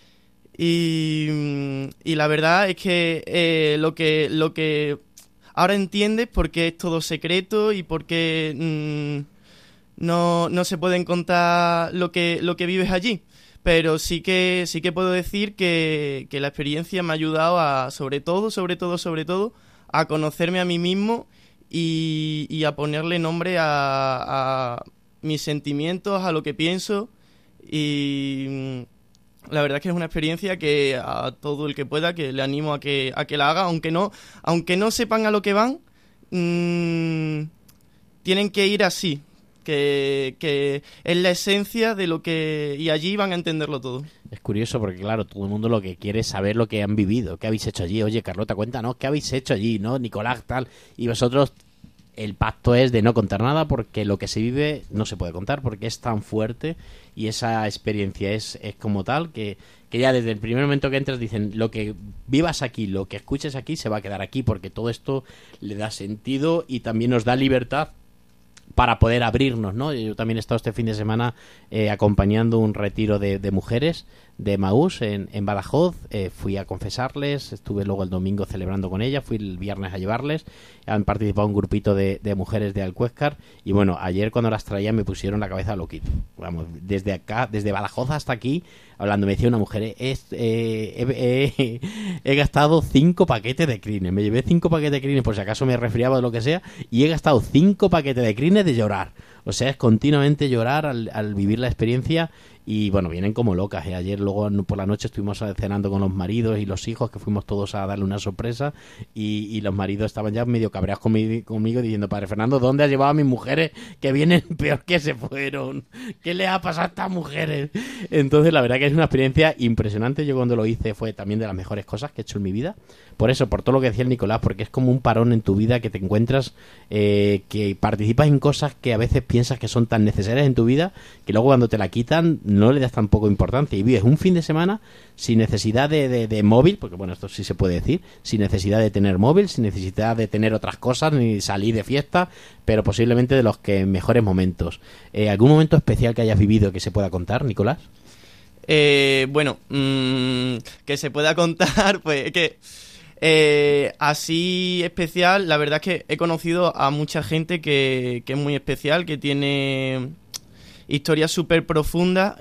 S5: y, y la verdad es que eh, lo que lo que ahora entiendes por qué es todo secreto y por qué mmm, no, no se pueden contar lo que, lo que vives allí. Pero sí que sí que puedo decir que, que la experiencia me ha ayudado a, sobre todo, sobre todo, sobre todo, a conocerme a mí mismo y, y a ponerle nombre a, a mis sentimientos, a lo que pienso. Y la verdad es que es una experiencia que a todo el que pueda, que le animo a que a que la haga, aunque no, aunque no sepan a lo que van, mmm, tienen que ir así. que, que es la esencia de lo que... Y allí van a entenderlo todo.
S2: Es curioso porque, claro, todo el mundo lo que quiere es saber lo que han vivido, qué habéis hecho allí. Oye, Carlota, cuéntanos, ¿qué habéis hecho allí? ¿No? Nicolás, tal. Y vosotros, el pacto es de no contar nada porque lo que se vive no se puede contar porque es tan fuerte y esa experiencia es, es como tal que, que ya desde el primer momento que entras dicen lo que vivas aquí, lo que escuches aquí se va a quedar aquí porque todo esto le da sentido y también nos da libertad para poder abrirnos, ¿no? Yo también he estado este fin de semana eh, acompañando un retiro de, de mujeres de Maús en, en Badajoz. Eh, fui a confesarles, estuve luego el domingo celebrando con ellas, fui el viernes a llevarles. Han participado un grupito de, de mujeres de Alcuéscar y bueno, ayer cuando las traía me pusieron la cabeza loquito. Vamos, desde acá, desde Badajoz hasta aquí, hablando, me decía una mujer, eh, eh, eh, eh, he gastado cinco paquetes de crines, me llevé cinco paquetes de crines por si acaso me resfriaba o lo que sea y he gastado cinco paquetes de crines de llorar. O sea, es continuamente llorar al, al vivir la experiencia y bueno, vienen como locas. ¿eh? Ayer luego por la noche estuvimos cenando con los maridos y los hijos, que fuimos todos a darle una sorpresa y, y los maridos estaban ya medio cabreados conmigo, conmigo diciendo, padre Fernando, ¿dónde has llevado a mis mujeres que vienen peor que se fueron? ¿Qué le ha pasado a estas mujeres? Entonces la verdad que es una experiencia impresionante. Yo cuando lo hice fue también de las mejores cosas que he hecho en mi vida. Por eso, por todo lo que decía el Nicolás, porque es como un parón en tu vida que te encuentras, eh, que participas en cosas que a veces piensas que son tan necesarias en tu vida, que luego cuando te la quitan no le das tan poco importancia y vives un fin de semana sin necesidad de, de, de móvil, porque bueno, esto sí se puede decir, sin necesidad de tener móvil, sin necesidad de tener otras cosas, ni salir de fiesta, pero posiblemente de los que mejores momentos. Eh, ¿Algún momento especial que hayas vivido que se pueda contar, Nicolás?
S5: Eh, bueno, mmm, que se pueda contar, pues es que Eh, así especial, la verdad es que he conocido a mucha gente que, que es muy especial, que tiene historias súper profundas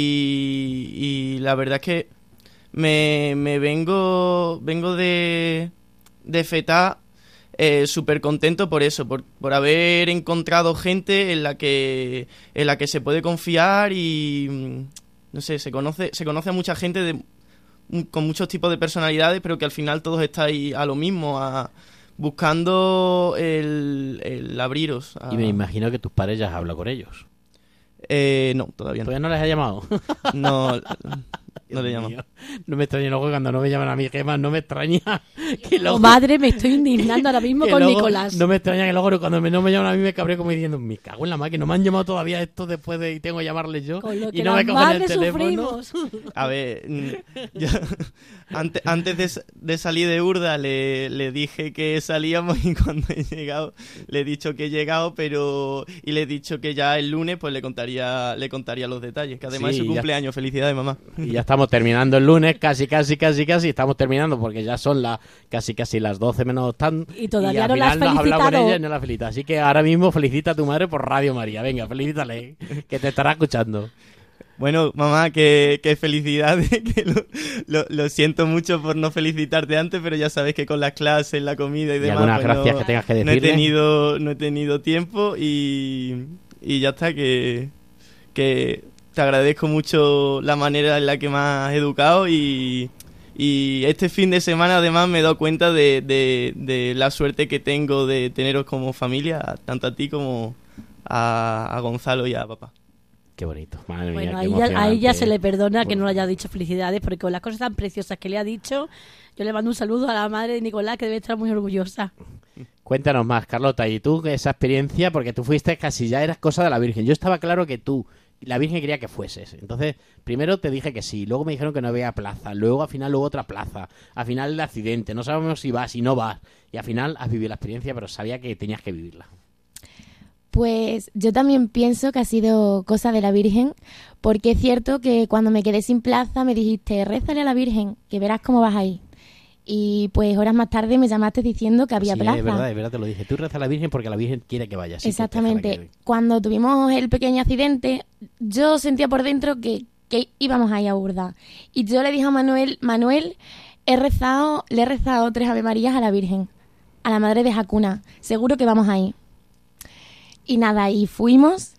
S5: y, y la verdad es que me, me vengo vengo de, de Fetá eh, súper contento por eso, por, por haber encontrado gente en la que en la que se puede confiar y no sé, se conoce se conoce a mucha gente de con muchos tipos de personalidades, pero que al final todos estáis a lo mismo, a, buscando el, el abriros. A...
S2: Y me imagino que tus padres ya has hablado con ellos.
S5: Eh, no, todavía no.
S2: ¿Todavía no les has llamado?
S5: No, no le llamo.
S2: No me extraña luego cuando no me llaman a mí, Gemma, no me extraña que luego...
S3: Oh, madre, me estoy indignando ahora mismo con
S2: luego,
S3: Nicolás.
S2: No me extraña que luego cuando me, no me llaman a mí me cabré como diciendo, me cago en la madre, que no me han llamado todavía esto después de y tengo que llamarles yo y no me cogen el teléfono.
S5: Sufrimos. A ver, yo, antes, antes de, de salir de Urda le, le dije que salíamos y cuando he llegado le he dicho que he llegado, pero y le he dicho que ya el lunes pues le contaría le contaría los detalles, que además
S2: sí,
S5: es su cumpleaños.
S2: Ya.
S5: Felicidades, mamá.
S2: Y ya estamos terminando el lunes, casi, casi, casi, casi. Estamos terminando porque ya son las casi, casi las doce menos tan.
S3: Y todavía
S2: y
S3: no la has felicitado.
S2: No has hablado con ella y no la felicita. Así que ahora mismo felicita a tu madre por Radio María. Venga, felicítale, que te estará escuchando.
S5: Bueno, mamá, qué, qué felicidades, que lo, lo, lo siento mucho por no felicitarte antes, pero ya sabes que con las clases, la comida y demás,
S2: y algunas
S5: pues
S2: gracias
S5: no,
S2: que tengas que decirle.
S5: No he tenido, no he tenido tiempo y, y ya está, que, que te agradezco mucho la manera en la que me has educado y, y este fin de semana además me he dado cuenta de, de, de la suerte que tengo de teneros como familia, tanto a ti como a, a Gonzalo y a papá.
S2: Qué bonito, madre
S3: bueno,
S2: mía,
S3: ahí
S2: qué
S3: ya, ahí ya se le perdona
S2: bueno.
S3: que no le haya dicho felicidades, porque con las cosas tan preciosas que le ha dicho, yo le mando un saludo a la madre de Nicolás, que debe estar muy orgullosa.
S2: Cuéntanos más, Carlota, y tú esa experiencia, porque tú fuiste casi ya eras cosa de la Virgen. Yo estaba claro que tú, la Virgen quería que fueses. Entonces, primero te dije que sí, luego me dijeron que no había plaza, luego al final hubo otra plaza, al final el accidente, no sabemos si vas, si no vas, y al final has vivido la experiencia, pero sabía que tenías que vivirla.
S6: Pues yo también pienso que ha sido cosa de la Virgen, porque es cierto que cuando me quedé sin plaza me dijiste, rézale a la Virgen, que verás cómo vas ahí. Y pues horas más tarde me llamaste diciendo que había
S2: sí,
S6: plaza.
S2: Es verdad, es verdad, te lo dije. Tú reza a la Virgen porque la Virgen quiere que vayas.
S6: Exactamente.
S2: Que
S6: cuando tuvimos el pequeño accidente, yo sentía por dentro que, que íbamos a ir a Urda. Y yo le dije a Manuel, Manuel, he rezado, le he rezado tres Ave Marías a la Virgen, a la Madre de Jacuna. Seguro que vamos a ir. Y nada, y fuimos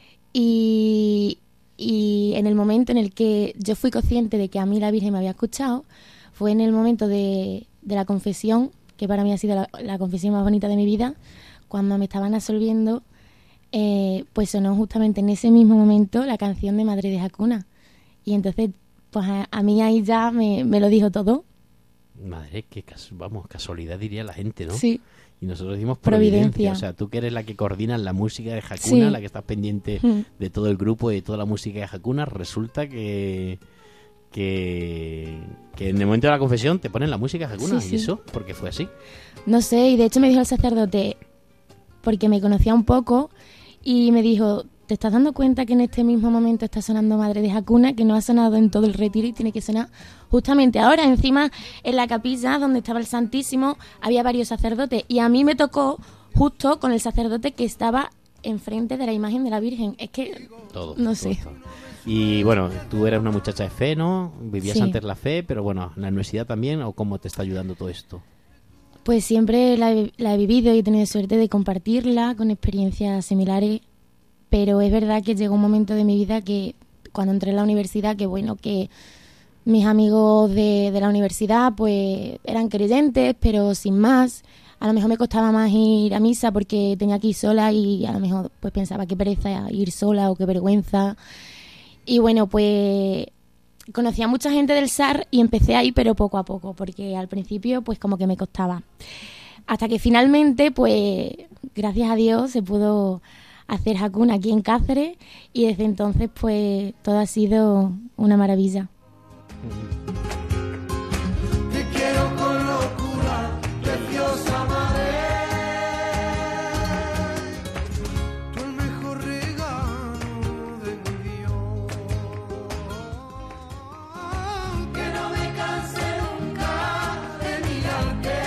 S6: y, y en el momento en el que yo fui consciente de que a mí la Virgen me había escuchado, fue en el momento de, de la confesión, que para mí ha sido la, la confesión más bonita de mi vida, cuando me estaban absolviendo eh, pues sonó justamente en ese mismo momento la canción de Madre de Hakuna. Y entonces, pues a, a mí ahí ya me, me lo dijo todo.
S2: Madre, qué cas- vamos, casualidad diría la gente, ¿no?
S6: Sí.
S2: Y nosotros decimos providencia.
S6: Providencia.
S2: O sea, tú que eres la que coordina la música de Hakuna,
S6: Sí.
S2: la que estás pendiente
S6: Mm.
S2: de todo el grupo y de toda la música de Hakuna, resulta que... Que, que en el momento de la confesión te ponen la música de Hakuna.
S6: Sí,
S2: ¿Y
S6: sí.
S2: eso? ¿Por qué fue así?
S6: No sé, y de hecho me dijo el sacerdote, porque me conocía un poco, y me dijo, ¿te estás dando cuenta que en este mismo momento está sonando Madre de Hakuna, que no ha sonado en todo el retiro y tiene que sonar justamente ahora? Encima, en la capilla donde estaba el Santísimo, había varios sacerdotes, y a mí me tocó justo con el sacerdote que estaba enfrente de la imagen de la Virgen. Es que,
S2: Todo.
S6: no
S2: todo,
S6: sé.
S2: todo. Y bueno, tú eres una muchacha de fe, ¿no? Vivías
S6: Sí.
S2: antes la fe, pero bueno, ¿en la universidad también o cómo te está ayudando todo esto?
S6: Pues siempre la he, la he vivido y he tenido suerte de compartirla con experiencias similares, pero es verdad que llegó un momento de mi vida que cuando entré en la universidad, que bueno, que mis amigos de, de la universidad pues eran creyentes, pero sin más. A lo mejor me costaba más ir a misa porque tenía que ir sola y a lo mejor pues pensaba qué pereza ir sola o qué vergüenza. Y bueno, pues conocí a mucha gente del S A R y empecé ahí, pero poco a poco, porque al principio pues como que me costaba. Hasta que finalmente, pues gracias a Dios se pudo hacer Hakuna aquí en Cáceres y desde entonces pues todo ha sido una maravilla.
S10: Te quiero con locura, preciosa madre. Tú el mejor regalo de mi Dios. Que no me canse nunca de mirarte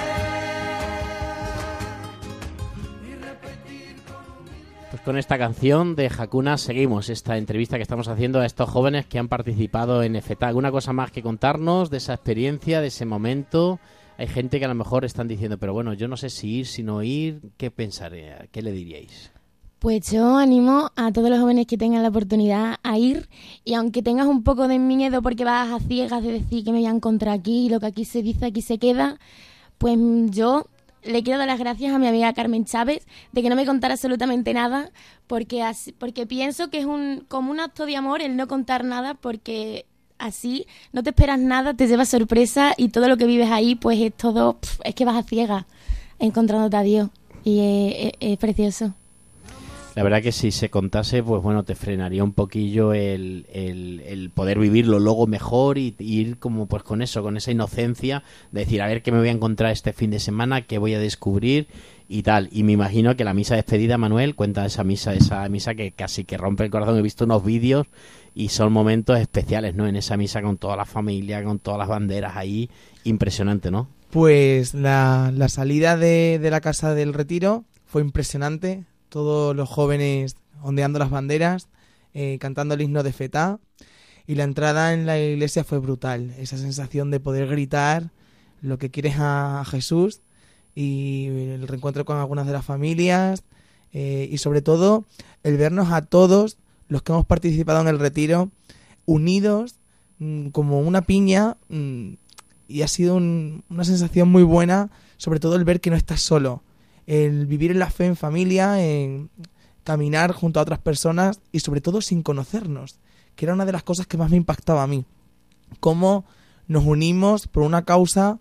S10: y repetir con humildad.
S2: Pues con esta canción de Hakuna seguimos esta entrevista que estamos haciendo a estos jóvenes que han participado en F T A. ¿Alguna cosa más que contarnos de esa experiencia, de ese momento? Hay gente que a lo mejor están diciendo, pero bueno, yo no sé si ir, si no ir, ¿qué pensaré? ¿Qué le diríais?
S6: Pues yo animo a todos los jóvenes que tengan la oportunidad a ir, y aunque tengas un poco de miedo porque vas a ciegas de decir que me voy a encontrar aquí y lo que aquí se dice aquí se queda, pues yo le quiero dar las gracias a mi amiga Carmen Chávez de que no me contara absolutamente nada, porque así, porque pienso que es un como un acto de amor el no contar nada, porque así no te esperas nada, te llevas sorpresa y todo lo que vives ahí pues es todo, pf, es que vas a ciegas encontrándote a Dios y es, es, es precioso.
S2: La verdad que si se contase, pues bueno, te frenaría un poquillo el, el, el poder vivirlo luego mejor y, y ir como pues con eso, con esa inocencia de decir, a ver qué me voy a encontrar este fin de semana, qué voy a descubrir y tal. Y me imagino que la misa de despedida, Manuel, cuenta esa misa, esa misa que casi que rompe el corazón. He visto unos vídeos y son momentos especiales, ¿no? En esa misa con toda la familia, con todas las banderas ahí, impresionante, ¿no?
S11: Pues la, la salida de, de la Casa del Retiro fue impresionante. Todos los jóvenes ondeando las banderas, eh, cantando el himno de F T A, y la entrada en la iglesia fue brutal. Esa sensación de poder gritar lo que quieres a, a Jesús, y el reencuentro con algunas de las familias, eh, y sobre todo el vernos a todos los que hemos participado en el retiro unidos mmm, como una piña, mmm, y ha sido un, una sensación muy buena, sobre todo el ver que no estás solo. El vivir en la fe en familia, en caminar junto a otras personas y sobre todo sin conocernos, que era una de las cosas que más me impactaba a mí. Cómo nos unimos por una causa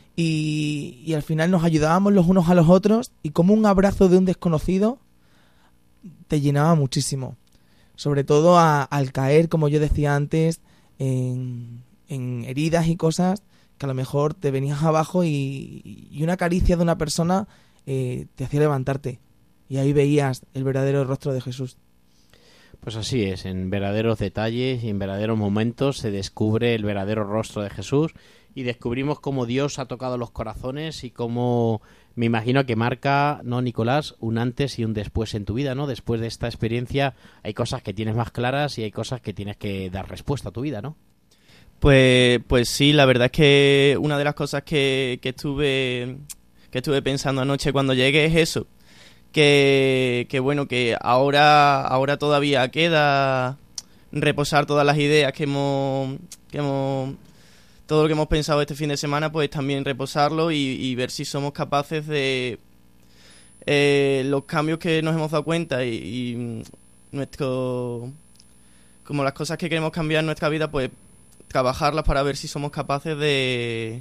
S11: y, y al final nos ayudábamos los unos a los otros, y cómo un abrazo de un desconocido te llenaba muchísimo. Sobre todo a, al caer, como yo decía antes, en, en heridas y cosas que a lo mejor te venías abajo y, y una caricia de una persona Eh, te hacía levantarte, y ahí veías el verdadero rostro de Jesús.
S2: Pues así es, en verdaderos detalles y en verdaderos momentos se descubre el verdadero rostro de Jesús, y descubrimos cómo Dios ha tocado los corazones y cómo, me imagino que marca, ¿no, Nicolás?, un antes y un después en tu vida, ¿no? Después de esta experiencia hay cosas que tienes más claras y hay cosas que tienes que dar respuesta a tu vida, ¿no?
S5: Pues, pues sí, la verdad es que una de las cosas que, que estuve... que estuve pensando anoche cuando llegué es eso, que, que bueno, que ahora ahora todavía queda reposar todas las ideas que hemos, que hemos todo lo que hemos pensado este fin de semana, pues también reposarlo y, y ver si somos capaces de eh, los cambios que nos hemos dado cuenta y, y nuestro, como las cosas que queremos cambiar en nuestra vida, pues trabajarlas para ver si somos capaces de,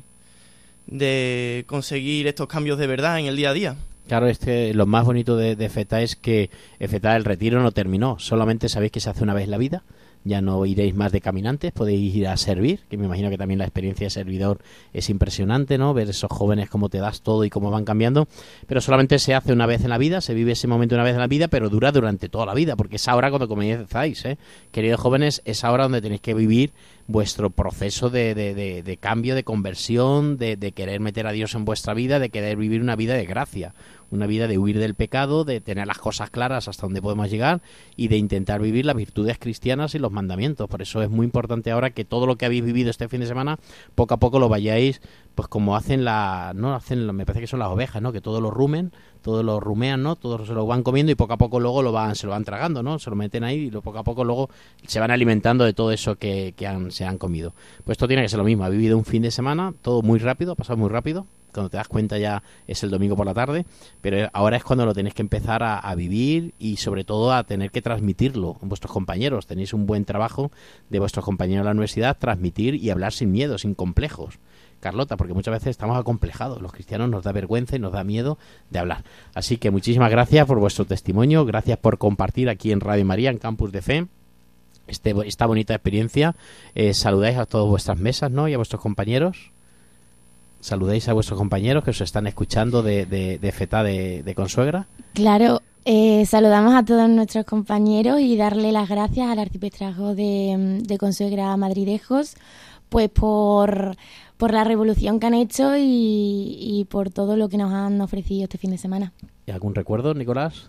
S5: de conseguir estos cambios de verdad en el día a día.
S2: Claro, este, lo más bonito de, de FETA es que FETA, el retiro no terminó. Solamente sabéis que se hace una vez en la vida. Ya no iréis más de caminantes, podéis ir a servir, que me imagino que también la experiencia de servidor es impresionante, ¿no? Ver esos jóvenes cómo te das todo y cómo van cambiando. Pero solamente se hace una vez en la vida, se vive ese momento una vez en la vida, pero dura durante toda la vida, porque es ahora cuando comenzáis, ¿eh? Queridos jóvenes, es ahora donde tenéis que vivir vuestro proceso de, de, de, de cambio, de conversión, de, de querer meter a Dios en vuestra vida, de querer vivir una vida de gracia, una vida de huir del pecado, de tener las cosas claras hasta donde podemos llegar y de intentar vivir las virtudes cristianas y los mandamientos. Por eso es muy importante ahora que todo lo que habéis vivido este fin de semana, poco a poco lo vayáis, pues como hacen la, no hacen, me parece que son las ovejas, ¿no? Que todo lo rumen, todo lo rumean, ¿no? Todos se lo van comiendo y poco a poco luego lo van, se lo van tragando, ¿no? Se lo meten ahí y lo, poco a poco luego se van alimentando de todo eso que, que han, se han comido. Pues esto tiene que ser lo mismo. Ha vivido un fin de semana, todo muy rápido, ha pasado muy rápido. Cuando te das cuenta ya es el domingo por la tarde, pero ahora es cuando lo tenéis que empezar a, a vivir y sobre todo a tener que transmitirlo a vuestros compañeros. Tenéis un buen trabajo de vuestros compañeros de la universidad, transmitir y hablar sin miedo, sin complejos. Carlota, porque muchas veces estamos acomplejados. Los cristianos nos da vergüenza y nos da miedo de hablar. Así que muchísimas gracias por vuestro testimonio, gracias por compartir aquí en Radio María, en Campus de Fe, este, esta bonita experiencia. Eh, saludáis a todas vuestras mesas, ¿no? Y a vuestros compañeros. Saludéis a vuestros compañeros que os están escuchando de, de, de FETA de, de Consuegra.
S6: Claro, eh, saludamos a todos nuestros compañeros y darle las gracias al arciprestazgo de, de Consuegra Madridejos, pues por, por la revolución que han hecho y, y por todo lo que nos han ofrecido este fin de semana.
S2: ¿Y algún recuerdo, Nicolás?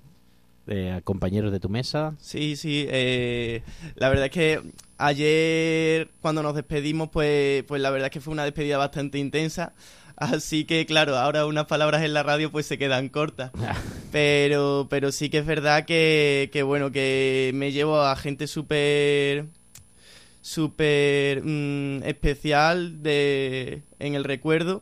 S2: De compañeros de tu mesa.
S5: Sí, sí, eh, la verdad es que ayer cuando nos despedimos, pues, pues la verdad es que fue una despedida bastante intensa, así que claro, ahora unas palabras en la radio pues se quedan cortas, pero, pero sí que es verdad que, que bueno, que me llevo a gente súper súper mmm, especial de, en el recuerdo.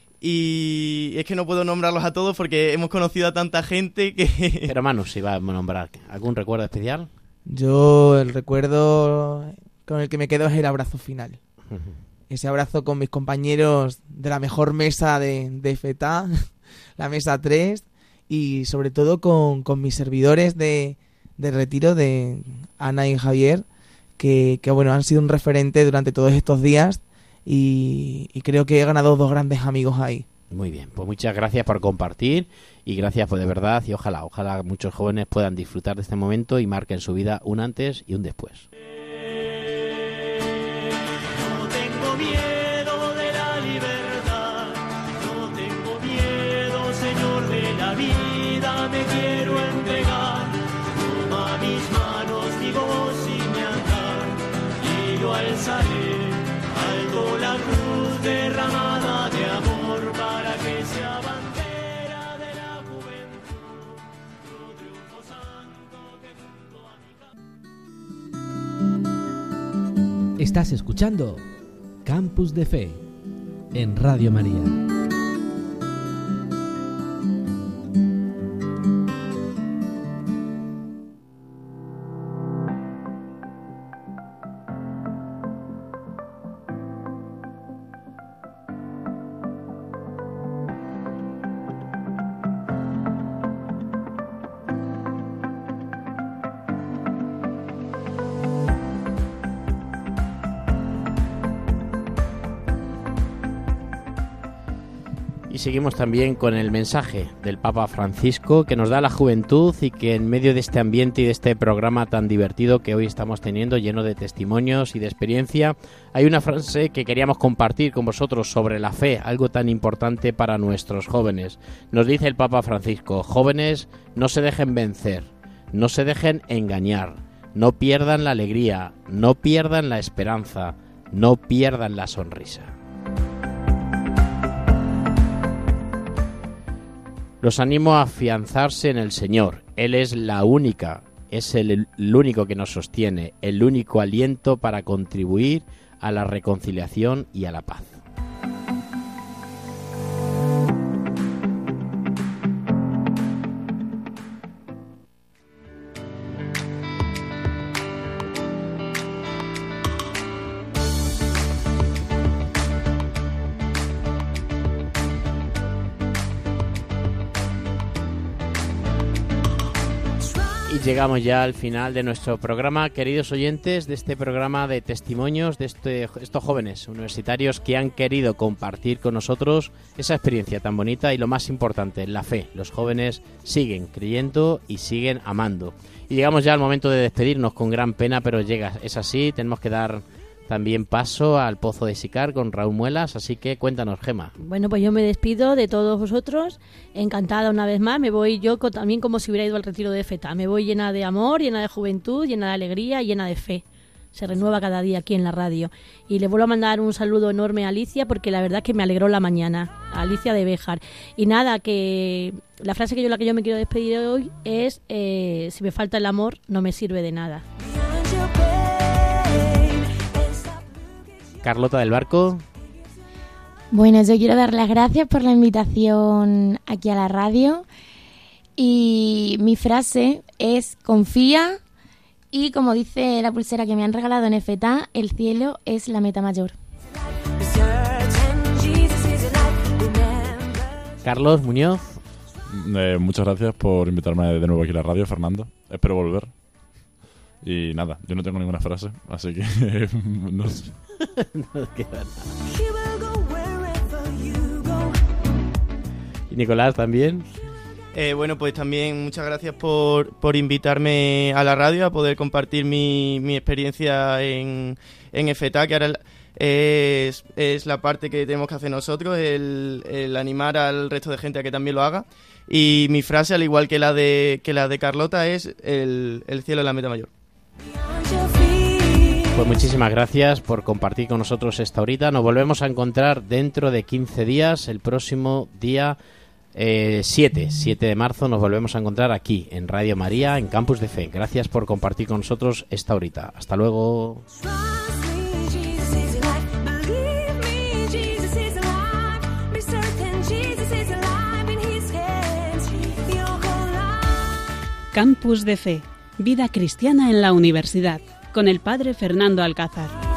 S5: Y es que no puedo nombrarlos a todos porque hemos conocido a tanta gente que...
S2: Pero Manu, si va a nombrar, ¿algún recuerdo especial?
S11: Yo el recuerdo con el que me quedo es el abrazo final. Uh-huh. Ese abrazo con mis compañeros de la mejor mesa de, de FETA, la mesa tres, y sobre todo con, con mis servidores de, de retiro, de Ana y Javier, que, que bueno, han sido un referente durante todos estos días. Y, y creo que he ganado dos grandes amigos ahí.
S2: Muy bien, pues muchas gracias por compartir y gracias pues de verdad y ojalá, ojalá muchos jóvenes puedan disfrutar de este momento y marquen su vida un antes y un después.
S10: No tengo miedo de la libertad, no tengo miedo, Señor de la vida, me quiero entregar. Toma mis manos, mi voz y mi andar, y yo alzaré la cruz derramada de amor para que sea bandera de la juventud, tu triunfo santo que junto a mi...
S7: Estás escuchando Campus de Fe en Radio María.
S2: Y seguimos también con el mensaje del Papa Francisco que nos da la juventud y que en medio de este ambiente y de este programa tan divertido que hoy estamos teniendo, lleno de testimonios y de experiencia, hay una frase que queríamos compartir con vosotros sobre la fe, algo tan importante para nuestros jóvenes. Nos dice el Papa Francisco: jóvenes, no se dejen vencer, no se dejen engañar, no pierdan la alegría, no pierdan la esperanza, no pierdan la sonrisa. Los animo a afianzarse en el Señor. Él es la única, es el, el único que nos sostiene, el único aliento para contribuir a la reconciliación y a la paz. Y llegamos ya al final de nuestro programa, queridos oyentes, de este programa de testimonios de este, estos jóvenes universitarios que han querido compartir con nosotros esa experiencia tan bonita y, lo más importante, la fe. Los jóvenes siguen creyendo y siguen amando. Y llegamos ya al momento de despedirnos con gran pena, pero llega, es así, tenemos que dar también paso al Pozo de Sicar con Raúl Muelas, así que cuéntanos, Gema.
S3: Bueno, pues yo me despido de todos vosotros, encantada una vez más, me voy yo co- también como si hubiera ido al retiro de FETA, me voy llena de amor, llena de juventud, llena de alegría, llena de fe. Se renueva cada día aquí en la radio. Y le vuelvo a mandar un saludo enorme a Alicia, porque la verdad es que me alegró la mañana, a Alicia de Béjar. Y nada, que la frase que yo la que yo me quiero despedir hoy es, eh, si me falta el amor, no me sirve de nada.
S2: Carlota del Barco.
S6: Bueno, yo quiero dar las gracias por la invitación aquí a la radio y mi frase es confía y, como dice la pulsera que me han regalado en FETA, el cielo es la meta mayor.
S2: Carlos Muñoz.
S4: Eh, muchas gracias por invitarme de nuevo aquí a la radio, Fernando. Espero volver. Y nada, yo no tengo ninguna frase, así que no sé.
S2: No queda nada. ¿Y Nicolás también?
S5: Eh, bueno, pues también muchas gracias por, por invitarme a la radio, a poder compartir mi, mi experiencia en, en FETA, que ahora es, es la parte que tenemos que hacer nosotros, el, el animar al resto de gente a que también lo haga. Y mi frase, al igual que la de, que la de Carlota, es el, el cielo es la meta mayor.
S2: Pues muchísimas gracias por compartir con nosotros esta horita. Nos volvemos a encontrar dentro de quince días, el próximo día eh, siete de marzo. Nos volvemos a encontrar aquí en Radio María, en Campus de Fe. Gracias por compartir con nosotros esta horita. Hasta luego.
S1: Campus de Fe, vida cristiana en la universidad, con el padre Fernando Alcázar.